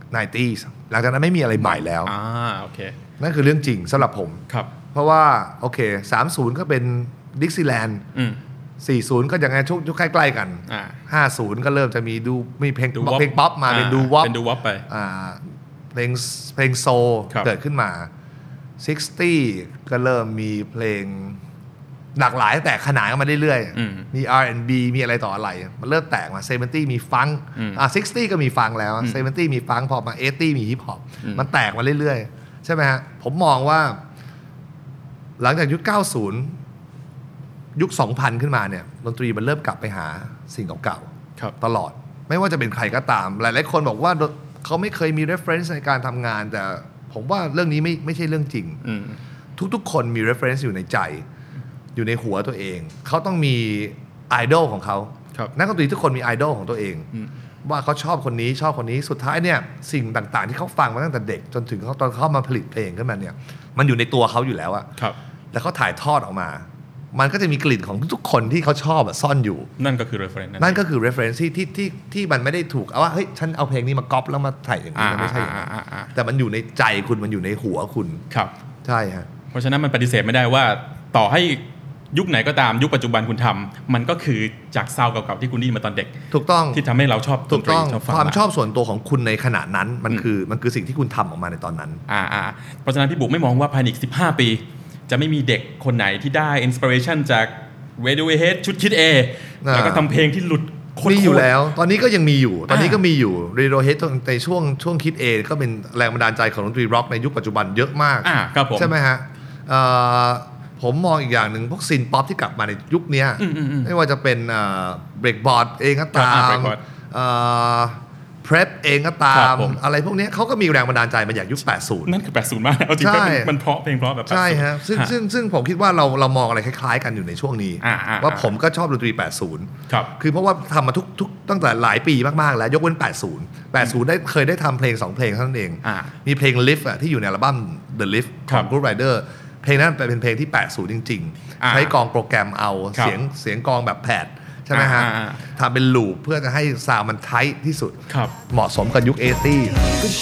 ไนน์ตี้ส์ หลังจากนั้นไม่มีอะไรใหม่แล้วอ่าโอเคนั่นคือเรื่องจริงสำหรับผมครับเพราะว่าโอเคสามสิบก็เป็นดิกซี่แลนด์สี่สิบก็ยังไงชุกชุกใกล้ๆกันห้าสิบก็เริ่มจะมีดูมีเพลงเพลงป๊อปมาเป็นดูวอปเป็นดูวอปไปอ่าเพลงเพลงโซลเกิดขึ้นมาหกสิบก็เริ่มมีเพลงหลากหลายแต่ขนานกันมาเรื่อยๆมี อาร์ แอนด์ บี มีอะไรต่ออะไรมันเริ่มแตกมาเซเวนตี้มีฟังก์อ่าหกสิบก็มีฟังก์แล้วเซเวนตี้มีฟังก์พอมาแปดสิบมีฮิปฮอปมันแตกมาเรื่อยๆใช่ไหมฮะผมมองว่าหลังจากยุคเก้าสิบยุคสองพันขึ้นมาเนี่ยดนตรีมันเริ่มกลับไปหาสิ่งเก่าๆตลอดไม่ว่าจะเป็นใครก็ตามหลายๆคนบอกว่าเขาไม่เคยมี reference ในการทำงานแต่ผมว่าเรื่องนี้ไม่ไม่ใช่เรื่องจริงทุกๆคนมี reference อยู่ในใจอยู่ในหัวตัวเองเขาต้องมีไอดอลของเขานักดนตรีทุกคนมีไอดอลของตัวเองว่าเขาชอบคนนี้ชอบคนนี้สุดท้ายเนี่ยสิ่งต่างๆที่เขาฟังมาตั้งแต่เด็กจนถึงเขาตอนเขามาผลิตเพลงขึ้นมาเนี่ยมันอยู่ในตัวเขาอยู่แล้วอะแล้วเขาถ่ายทอดออกมามันก็จะมีกลิ่นของทุกคนที่เขาชอบซ่อนอยู่นั่นก็คือ reference นั่นก็คือ reference ที่ที่ที่ที่มันไม่ได้ถูกเอาว่าเฮ้ยฉันเอาเพลงนี้มาก๊อปแล้วมาใส่อย่างนี้มันไม่ใช่อย่างนั้นแต่มันอยู่ในใจคุณมันอยู่ในหัวคุณครับใช่ฮะเพราะฉะนั้นมันปฏิเสธไม่ได้ว่าต่อให้ยุคไหนก็ตามยุคปัจจุบันคุณทำมันก็คือจากซาวด์เก่าๆที่คุณได้ยินมาตอนเด็กถูกต้องที่ทำให้เราชอบถูกต้องความชอบส่วนตัวของคุณในขณะนั้นมันคือมันคือสิ่งที่คุณทำออกมาในตอนนั้นอ่าเพราะฉะนั้นพี่บุ๊กไม่มองว่าภายในอีกสิบห้าปีจะไม่มีเด็กคนไหนที่ได้อินสปิเรชันจาก Radiohead ชุดคิด A แล้วก็ทำเพลงที่หลุดมีอยู่แล้วตอนนี้ก็ยังมีอยู่ตอนนี้ก็มีอยู่ Radiohead ในช่วงช่วงคิด A ก็เป็นแรงบันดาลใจของดนตรีร็อกในยุคปัจจุบันเยอะมากใช่ไหมฮะผมมองอีกอย่างหนึ่งพวกซินป๊อปที่กลับมาในยุคนี้ไม่ว่าจะเป็นเบรกบอร์ดเองก็ตามเพรปเองก็ตามอะไรพวกนี้เขาก็มีแรงบันดาลใจมาจากยุคแปดสิบนั่นคือแปดสิบมากเอาจริงๆมันเพราะเพลงเพราะแบบใช่ฮะซึ่งซึ่งซึ่งผมคิดว่าเราเรามองอะไรคล้ายๆกันอยู่ในช่วงนี้ว่าผมก็ชอบดนตรีแปดสิบครับคือเพราะว่าทำมาทุกทุกตั้งแต่หลายปีมากๆแล้วยกเว้นแปดสิบ แปดสิบได้เคยได้ทำเพลงสองเพลงเท่านั้นเองมีเพลง Lift อ่ะที่อยู่ในอัลบั้ม The Lift ของ Groove Rider เพลงนั้นเป็นเพลงที่แปดสิบจริงๆใช้กลองโปรแกรมเอาเสียงเสียงกลองแบบแผดใช่ไหมฮะทำเป็นลูปเพื่อจะให้ซาวด์มันไทท์ที่สุดเหมาะสมกับยุคแปดสิบ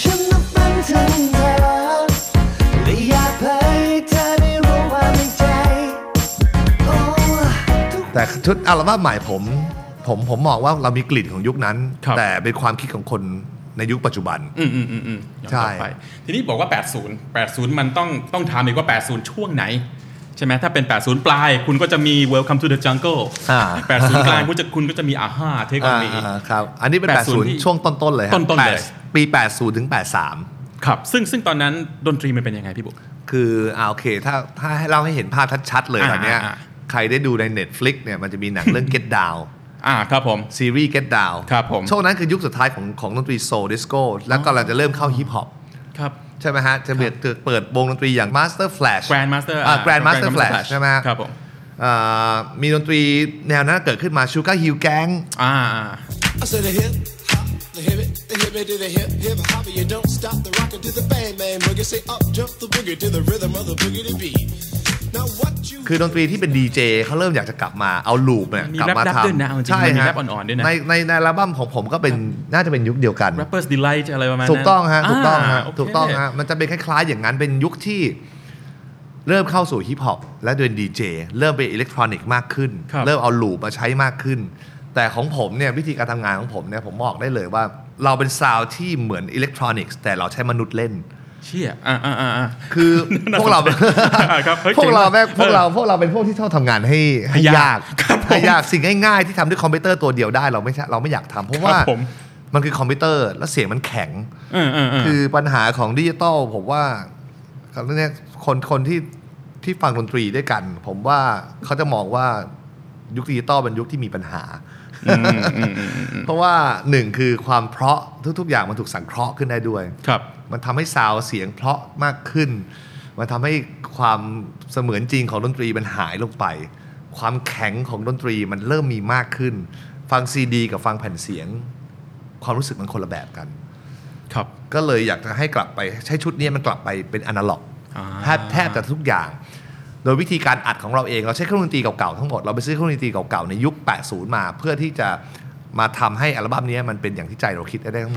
แต่ชุดอัลบั้มใหม่ผมผมผมมองว่าเรามีกลิ่นของยุคนั้นแต่เป็นความคิดของคนในยุคปัจจุบันอืมอืมอืมอืมใช่ทีนี้บอกว่าแปดสิบ แปดสิบมันต้องต้องถามอีกว่าแปดสิบช่วงไหนใช่ไหมถ้าเป็นแปดสิบปลายคุณก็จะมี Welcome to the Jungle แปดสิบกลางคุณจะคุณก็จะมี Aha Take on Me ครับอันนี้เป็นแปดสิบช่วงต้นๆเลยต้นๆเลยปีแปดสิบถึงแปดสิบสามครับซึ่งซึ่งตอนนั้นดนตรีมันเป็นยังไงพี่บุ๊คคืออ่าโอเคถ้าถ้าให้เราให้เห็นภาพชัดๆเลยตอนเนี้ยใครได้ดูใน Netflix เนี่ยมันจะมีหนังเรื่อง Get Down อ่าครับผมซีรีส์ Get Down ครับผมช่วงนั้นคือยุคสุดท้ายของของดนตรีโซลดิสโก้แล้วก็เราจะเริ่มเข้าฮิปฮอปครับใช่ไหมฮะจะเปิดเปิดวงดนตรีอย่าง Master Flash Grand Master อ่า Grand Master Flash ใช่ไหมครับผมมีดนตรีแนวนั้นเกิดขึ้นมา Sugar Hill Gang อ่า The hip it, the hip it to the hip hip hop, you don't stop the rockin' to the bang bang boogie, say up jump the boogie to the rhythm of the boogie to beat. Now what you คือดนตรีที่เป็นดีเจเขาเริ่มอยากจะกลับมาเอาลูปเนี่ยกลับมาทำใช่ฮะอ่อนๆด้วยนะในในในอัลบั้มของผมก็เป็นน่าจะเป็นยุคเดียวกัน Rappers Delight อะไรประมาณนั้นถูกต้องฮะถูกต้องฮะถูกต้องฮะมันจะเป็นคล้ายๆอย่างนั้นเป็นยุคที่เริ่มเข้าสู่ฮิปฮอปและโดยดีเจเริ่มเป็นอิเล็กทรอนิกส์มากขึ้นเริ่มเอาลูปมาใช้มากขึ้นแต่ของผมเนี่ยวิธีการทำงานของผมเนี่ยผมบอกได้เลยว่าเราเป็นซาวด์ที่เหมือนอิเล็กทรอนิกส์แต่เราใช้มนุษย์เล่นเชี่ยอ่าอ่าอ่าคือพวกเราพวกเราแม่พวกเราพวกเราเป็นพวกที่ชอบทำงานให้ให้ยากให้ยากสิ่งง่ายๆที่ทำด้วยคอมพิวเตอร์ตัวเดียวได้เราไม่เราไม่อยากทำเพราะว่ามันคือคอมพิวเตอร์แล้วเสียงมันแข็งคือปัญหาของดิจิตอลผมว่าเนี่ยคนคนที่ที่ฟังดนตรีด้วยกันผมว่าเขาจะมองว่ายุคดิจิตอลเป็นยุคที่มีปัญหาเพราะว่าหนึ่งคือความเพราะทุกๆอย่างมันถูกสังเคราะห์ขึ้นได้ด้วยครับมันทำให้ซาวด์เสียงเพราะมากขึ้นมันทำให้ความเสมือนจริงของดนตรีมันหายลงไปความแข็งของดนตรีมันเริ่มมีมากขึ้นฟังซีดีกับฟังแผ่นเสียงความรู้สึกมันคนละแบบกันครับก็เลยอยากจะให้กลับไปใช้ชุดนี้มันกลับไปเป็นอนาล็อกแทบแทบจะทุกอย่างโดยวิธีการอัดของเราเองเราใช้เครื่องดนตรีเก่าๆทั้งหมดเราไปซื้อเครื่องดนตรีเก่าๆในยุคแปดสิบมาเพื่อที่จะมาทำให้อัลบั้มนี้มันเป็นอย่างที่ใจเราคิดได้ทั้งหมด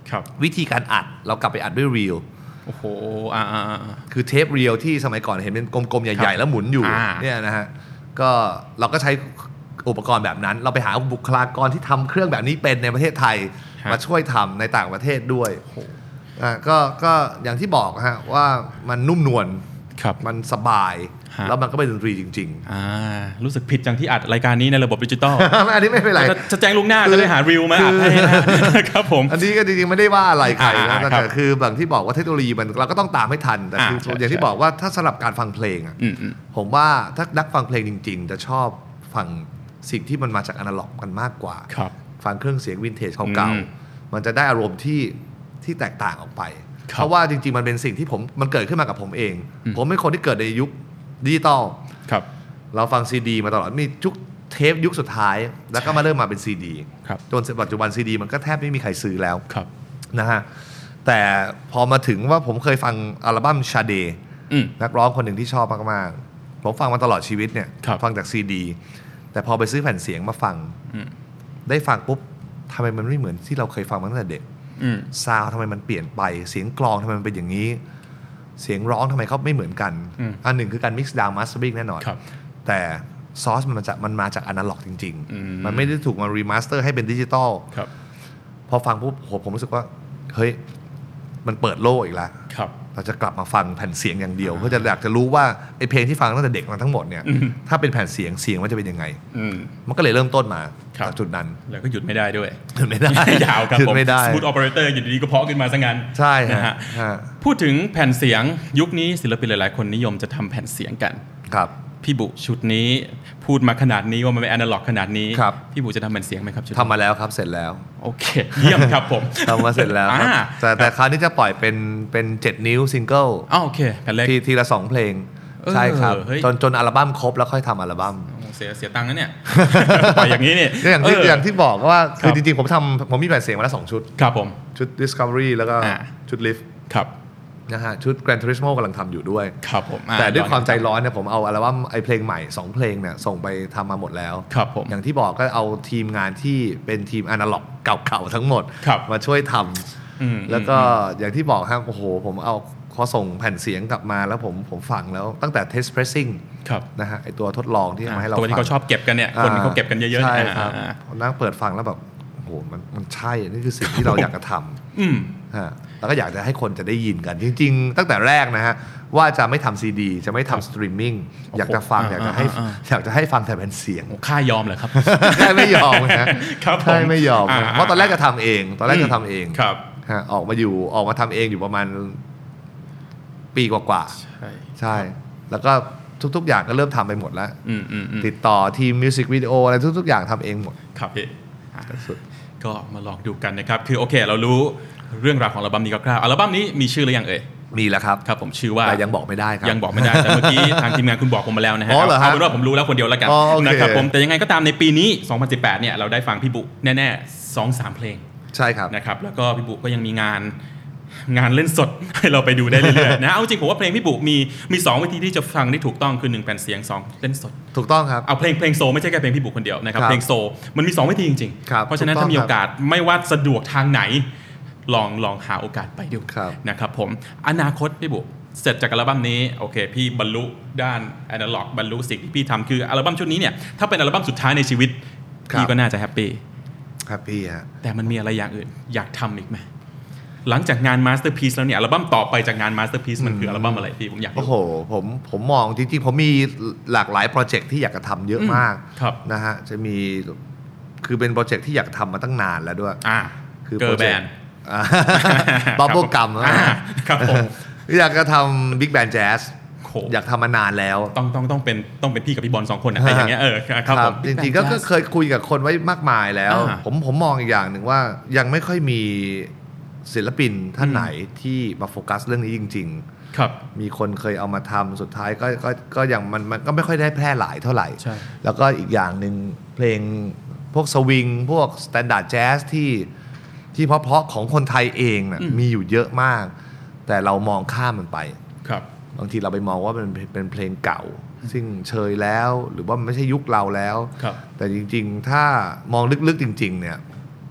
วิธีการอัดเรากลับไปอัดด้วยรีลโอ้โหอ่าๆคือเทปรีลที่สมัยก่อนเห็นเป็นกลมๆใหญ่ๆแล้วหมุนอยู่เนี่ยนะฮะก็เราก็ใช้อุปกรณ์แบบนั้นเราไปหาบุคลากรที่ทำเครื่องแบบนี้เป็นในประเทศไทยมาช่วยทำในต่างประเทศด้วยอ่าก็ก็อย่างที่บอกฮะว่ามันนุ่มนวลมันสบายแล้วมันก็เป็นดนตรีจริงๆอ่ารู้สึกผิดจังที่อัดรายการนี้ในระบบดิจิตอลอันนี้ไม่เป็นไรจะแจ้งลุงหน้าจะได้หารีลมาอัดให้นะครับผมอันนี้ก็จริงๆไม่ได้ว่าอะไรใครนะแต่คือบางที่บอกว่าเทคโนโลยีมันเราก็ต้องตามให้ทันแต่คืออย่างที่บอกว่าถ้าสำหรับการฟังเพลงอ่ะผมว่าถ้านักฟังเพลงจริงๆจะชอบฟังสิ่งที่มันมาจากอนาล็อกกันมากกว่าฟังเครื่องเสียงวินเทจเก่าๆมันจะได้อารมณ์ที่ที่แตกต่างออกไปเพราะว่าจริงๆมันเป็นสิ่งที่ผมมันเกิดขึ้นมากับผมเองผมเป็นคนที่เกิดในยุคดิจิตอลเราฟังซีดีมาตลอดมียุคเทปยุคสุดท้ายแล้วก็มาเริ่มมาเป็นซีดีจนปัจจุบันซีดีมันก็แทบไม่มีใครซื้อแล้วนะฮะแต่พอมาถึงว่าผมเคยฟังอัลบั้มชาเดย์นักร้องคนหนึ่งที่ชอบมากๆผมฟังมาตลอดชีวิตเนี่ยฟังจากซีดีแต่พอไปซื้อแผ่นเสียงมาฟังได้ฟังปุ๊บทำไมมันไม่เหมือนที่เราเคยฟังมาตั้งแต่เด็กซาวด์ทำไมมันเปลี่ยนไปเสียงกลองทำไมมันเป็นอย่างนี้เสียงร้องทำไมเขาไม่เหมือนกันอันหนึ่งคือการ mix down mastering แน่นอนแต่ซอสมันมาจากมันมาจากอนาล็อกจริงๆมันไม่ได้ถูกมารีมาสเตอร์ให้เป็นดิจิตอลพอฟังปุ๊บผมรู้สึกว่าเฮ้ยมันเปิดโลกอีกแล้วเราจะกลับมาฟังแผ่นเสียงอย่างเดียวเพื่อจะอยากจะรู้ว่าไอ้เพลงที่ฟังตั้งแต่เด็กมาทั้งหมดเนี่ยถ้าเป็นแผ่นเสียงเสียงมันจะเป็นยังไงมันก็เลยเริ่มต้นมาจากจุดนั้นแล้วก็หยุดไม่ได้ด้วยหยุดไม่ได้ยาวครับผม Smooth Operator อยู่ดีๆก็เพาะขึ้นมาซะงั้นใช่นะฮะพูดถึงแผ่นเสียงยุคนี้ศิลปินหลายๆคนนิยมจะทำแผ่นเสียงกันครับพี่บุชุดนี้พูดมาขนาดนี้ว่ามันเป็นอนาล็อกขนาดนี้พี่บุจะทำแผ่นเสียงไหมครับทำมาแล้วครับเสร็จแล้วโอเคเยี่ยมครับผมทำมาเสร็จแล้วแต่แต่คราวนี้จะปล่อยเป็นเป็นเจ็ดนิ้วซิงเกิลอ๋อโอเคแผ่นเล็กทีทีละสองเพลงใช่ครับจนจนอัลบั้มครบแล้วค่อยทำอัลบั้มเสียเสียตังค์นะเนี่ยปล่อยอย่างนี้นี่อย่างที่อย่างที่บอกว่าคือจริงๆผมทำผมมีแผ่นเสียงมาแล้วสองชุดครับผมชุด Discovery แล้วก็ชุด Lift ครับนะฮะชุด Gran Turismo กำลังทำอยู่ด้วยครับผมแต่ด้วยความใจร้อนเนี่ยผมเอาอัลบั้มไอเพลงใหม่สองเพลงเนี่ยส่งไปทำมาหมดแล้วครับผมอย่างที่บอกก็เอาทีมงานที่เป็นทีมอนาล็อกเก่าๆทั้งหมดมาช่วยทำแล้วก็อย่างที่บอกครับโอ้โหผมเอาพอส่งแผ่นเสียงกลับมาแล้วผมผมฟังแล้วตั้งแต่ test pressing นะฮะไอตัวทดลองที่มาให้เราตัวที่เขาชอบเก็บกันเนี่ยคนที่เขาเก็บกันเยอะๆใช่ครับนั่งเปิดฟังแล้วแบบโอ้โหมันมันใช่นี่คือสิ่งที่เราอยากจะทำฮะแล้วก็อยากจะให้คนจะได้ยินกันจริงๆตั้งแต่แรกนะฮะว่าจะไม่ทำซีดีจะไม่ทำสตรีมมิ่งอยากจะฟังอยากจะให้อยากจะให้ฟังแต่เป็นเสียงค่ายอมเลยครับใช่ไม่ยอมนะครับใช่ไม่ยอมเพราะตอนแรกจะทำเองตอนแรกจะทำเองครับฮะออกมาอยู่ออกมาทำเองอยู่ประมาณปีกว่าๆใช่ใช่แล้วก็ทุกๆอย่างก็เริ่มทำไปหมดแล้วติดต่อทีมมิวสิกวิดีโออะไรทุกๆอย่างทำเองหมดครับพี่ก็มาลองดูกันนะครับคือโอเคเรารู้เรื่องราวของอัลบั้มนี้คร่าวๆอัลบั้มนี้มีชื่อหรือยังเอ่ยมีแล้วครับครับผมชื่อว่าแต่ยังบอกไม่ได้ครับยังบอกไม่ได้แต่เมื่อกี้ทางทีมงานคุณบอกผมมาแล้วนะฮะเอาเป็นว่าผมรู้แล้วคนเดียวแล้วกันนะครับผมแต่ยังไงก็ตามในปีนี้สองพันสิบแปดเนี่ยเราได้ฟังพี่บุแน่ๆ สองสาม เพลงใช่ครับนะครับแล้วก็พี่บุก็ยังมีงานงานเล่นสดให้เราไปดูได้เรื่อยๆนะเอาจริงผมว่าเพลงพี่บุมีมีสองวิธีที่จะฟังได้ถูกต้องคือหนึ่งแผ่นเสียงสองเล่นสดถูกต้องครับเอาเพลงเพลงโซไม่ใช่แค่เพลงพี่บุคนเดียวนะครับเพลงโซมันมีสองวิธีจริงๆเพราะฉะนั้นถ้ามีโอกาสไม่ว่าสะดวกทางไหนลองลองหาโอกาสไปดูนะครับผมอนาคตพี่บุเสร็จจากอัลบั้มนี้โอเคพี่บรรลุด้านอนาล็อกบรรลุสิ่งที่พี่ทำคืออัลบั้มชุดนี้เนี่ยถ้าเป็นอัลบั้มสุดท้ายในชีวิตพี่ก็น่าจะแฮปปี้แฮปปี้ฮะแต่มันมีอะไรอย่างอื่นอยากทำอีกไหมหลังจากงาน Masterpiece แล้วเนี่ยอัลบั้มต่อไปจากงาน Masterpiece มันคืออัลบั้มอะไรพี่ผมอยากรู้โอ้โหผมผมมองจริงๆผมมีหลากหลายโปรเจกต์ที่อยากจะทำเยอะมากนะฮะจะมีคือเป็นโปรเจกต์ที่อยากทำมาตั้งนานแล้วด้วยอ่าคือเกิร์ลแบนด์บับเบิ้ลกัมครับผมอยากจะทำบิ๊กแบนด์แจ๊สอยากทำมานานแล้วต้องต้องต้องเป็นต้องเป็นพี่กับพี่บอลสองคนอะไรอย่างเงี้ยเออครับผมจริงๆก็เคยคุยกับคนไว้มากมายแล้วผมผมมองอีกอย่างหนึ่งว่ายังไม่ค่อยมีศิลปินท่านไหนที่มาโฟกัสเรื่องนี้จริงๆครับมีคนเคยเอามาทำสุดท้ายก็ก็ก็ยังมันมันก็ไม่ค่อยได้แพร่หลายเท่าไหร่แล้วก็อีกอย่างหนึ่งเพลงพวกสวิงพวกสแตนดาร์ดแจ๊สที่ที่เพราะๆของคนไทยเองน่ะมีอยู่เยอะมากแต่เรามองข้ามมันไปครับบางทีเราไปมองว่ามันเป็นเพลงเก่าซึ่งเชยแล้วหรือว่ามันไม่ใช่ยุคเราแล้วแต่จริงๆถ้ามองลึกๆจริงๆเนี่ย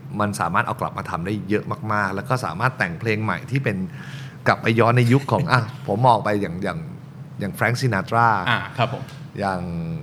มันสามารถเอากลับมาทำได้เยอะมากๆแล้วก็สามารถแต่งเพลงใหม่ที่เป็นกลับไปย้อนในยุคของอ่ะผมมองไปอย่างอย่างอย่างแฟรงค์ซินาตราอ่าครับผมอย่าง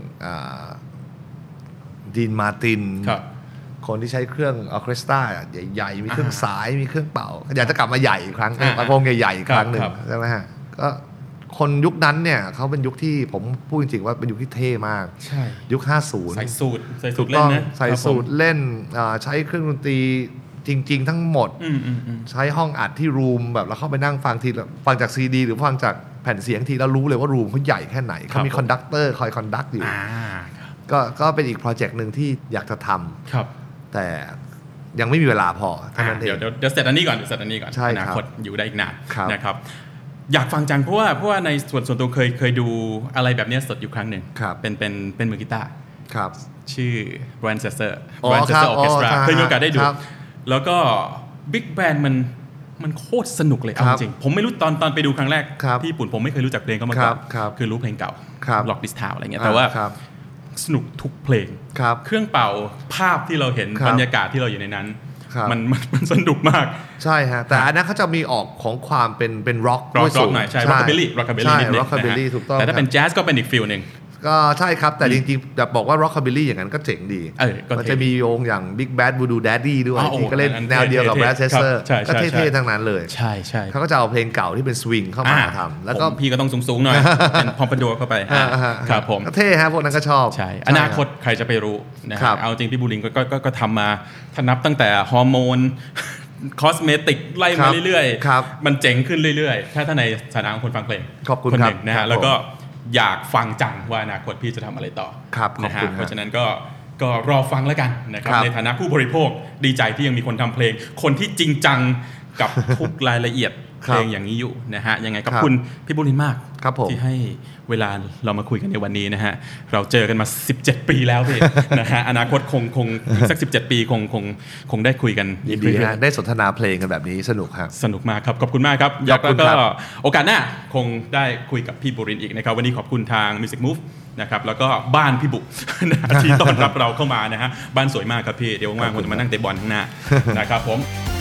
ดีนมาร์ตินคนที่ใช้เครื่องออร์เคสตราใหญ่ๆมีเครื่องสายมีเครื่องเป่าอยากจะกลับมาใหญ่อีกครั้งลำโพงใหญ่ๆอีกครั้งหนึ่งใช่ไหมฮะก็คนยุคนั้นเนี่ยเขาเป็นยุคที่ผมพูดจริงๆว่าเป็นยุคที่เท่มากใช่ยุคห้าสิบใส่สูทใส่สูทเล่นนะใส่สูทเล่นใช้เครื่องดนตรีจริงๆทั้งหมดใช้ห้องอัดที่รูมแบบเราเข้าไปนั่งฟังทีฟังจากซีดีหรือฟังจากแผ่นเสียงทีแล้วรู้เลยว่ารูมเขาใหญ่แค่ไหนเขามีคอนดักเตอร์คอยคอนดักอยู่ก็ก็เป็นอีกโปรเจกต์หนึ่งที่อยากจะทำแต่ยังไม่มีเวลาพอเท่านั้นเองเดี๋ยวเดี๋ยวเสร็จอันนี้ก่อนเดี๋ยวเสร็จอันนี้ก่อนอนาคตอยู่ได้อีกนานนะครับอยากฟังจังเพราะว่าเพราะว่าในส่วนส่วนตัวเคยเคยดูอะไรแบบนี้สดอยู่ครั้งหนึ่งเป็นเป็นเป็นมือกีตาร์ชื่อ Brian Setzer Brian Setzer Orchestra เคยมีโอกาสได้ดูแล้วก็ Big Band มันมันโคตรสนุกเลยเอาจริงผมไม่รู้ตอนตอนไปดูครั้งแรกที่ญี่ปุ่นผมไม่เคยรู้จักเพลงเขามาก่อนคือรู้เพลงเก่า Rock This Town อะไรเงี้ยแต่ว่าสนุกทุกเพลงเครื่องเป่าภาพที่เราเห็นบรรยากาศที่เราอยู่ในนั้นมันมันสนุกมากใช่ฮะแต่อันนั้นเขาจะมีออกของความเป็นเป็นร็อกด้วยสูงหน่อยใช่ร็อกคาบิลลี่ร็อกคาบิลลี่นิดนึงแต่ถ้าเป็นแจ๊สก็เป็นอีกฟีลนึงก็ใช่ครับแต่จริงๆแบบบอกว่า Rockabilly อย่างนั้นก็เจ๋งดีมันจะมีโยงอย่าง Big Bad Voodoo Daddy ด้วยที่ก็เล่นแนวเดียวกับ Brad Setzer ก็เท่ๆทั้งนั้นเลยใช่ๆเขาก็จะเอาเพลงเก่าที่เป็นสวิงเข้ามาทำแล้วก็พี่ก็ต้องสูงๆหน่อยเป็นพอมปาโดเข้าไปครับผมเท่ฮะพวกนั้นก็ชอบใช่อนาคตใครจะไปรู้นะครับเอาจริงพี่บูลิงก็ก็ทำมาถ้านับตั้งแต่ฮอร์โมนคอสเมติกไล่มาเรื่อยๆมันเจ๋งขึ้นเรื่อยๆถ้าถ้าในฐานะของคนฟังเพลงขอบคุณครับนะฮะแล้วก็อยากฟังจังว่าอนาคตพี่จะทำอะไรต่อนะฮะเพราะฉะนั้นก็ก็รอฟังแล้วกันนะครับในฐานะผู้บริโภคดีใจที่ยังมีคนทำเพลงคนที่จริงจังกับทุกรายละเอียดเพลงอย่างนี้อยู่นะฮะยังไงขอบคุณพี่บุรินทร์มากที่ให้เวลาเรามาคุยกันในวันนี้นะฮะเราเจอกันมาสิบเจ็ดปีแล้วพี่ นะฮะอนาคตคงคงสักสิบเจ็ดปีคงคงคงได้คุยกันยินดีฮะได้สนทนาเพลงกันแบบนี้สนุกครับสนุกมากครับขอบคุณมากครับแล้วก็โอกาสหน้าคงได้คุยกับพี่บุรินทร์อีกนะครับวันนี้ขอบคุณทาง Music Move นะครับแล้วก็บ้านพี่บุที่ต้อนรับเราเข้ามานะฮะบ้านสวยมากครับพี่เดี๋ยวว่างๆผมจะมานั่งเตะบอลข้างหน้านะครับผม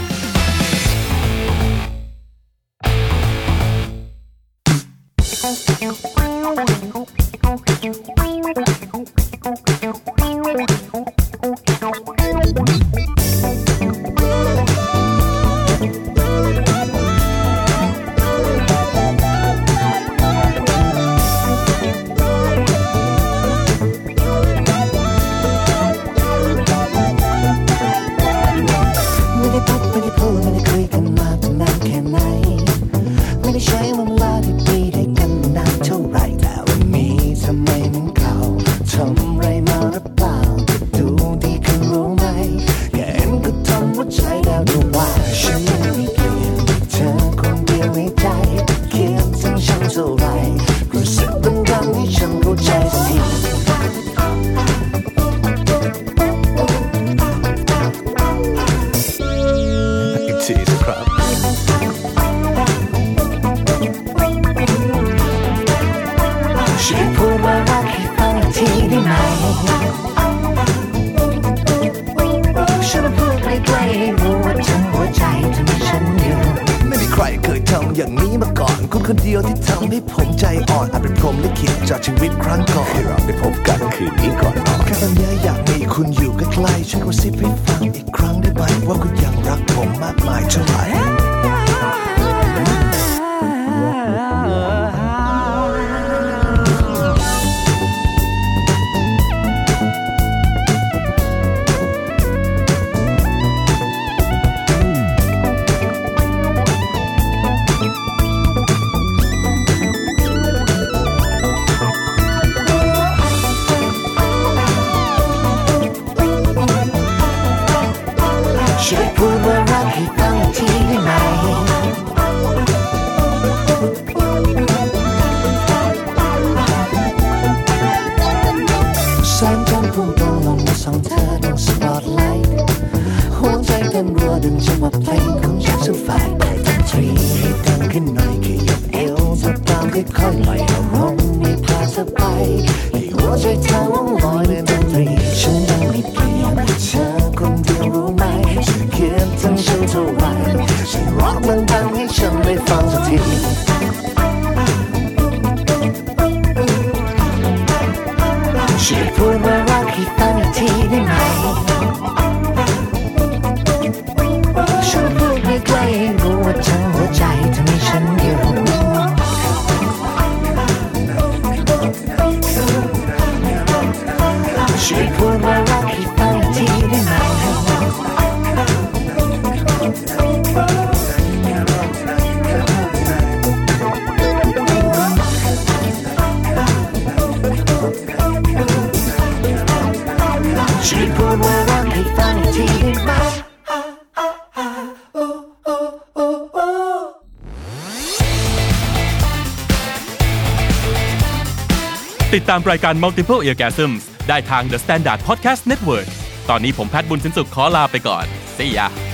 อย่างนี้มาก่อนคุณคนเดียวที่ทำให้ผมใจอ่อนอาจเป็นพรหมลิขิตจากชีวิตครั้งก่อนให้เราได้พบกันคืนนี้ก่อนนอนแค่ตอนนี้อยากมีคุณอยู่ใกล้ๆช่วยกระซิบให้ฟังอีกครั้งได้ไหมว่าคุณยังรักผมมากมายเท่าไหร่ค่อยๆปล่อยอารมณ์ให้พาเธอไปให้หัวใจเธอล่องลอยในดนตรีฉันยังไม่เปลี่ยนเธอคนเดียวรู้ไหมได้ไหมช่วยพูดให้ใกล้ให้รู้ว่าทั้งหัวใจเธอมีฉันอยู่ช่วยพูดว่ารักให้ฟังทีได้ไหมช่วยพูดว่ารักให้ฟังทีได้ไหมติดตามรายการ Multiple Orgasms ได้ทาง The Standard Podcast Network ตอนนี้ผมแพทย์บุญสินสุขขอลาไปก่อน See ya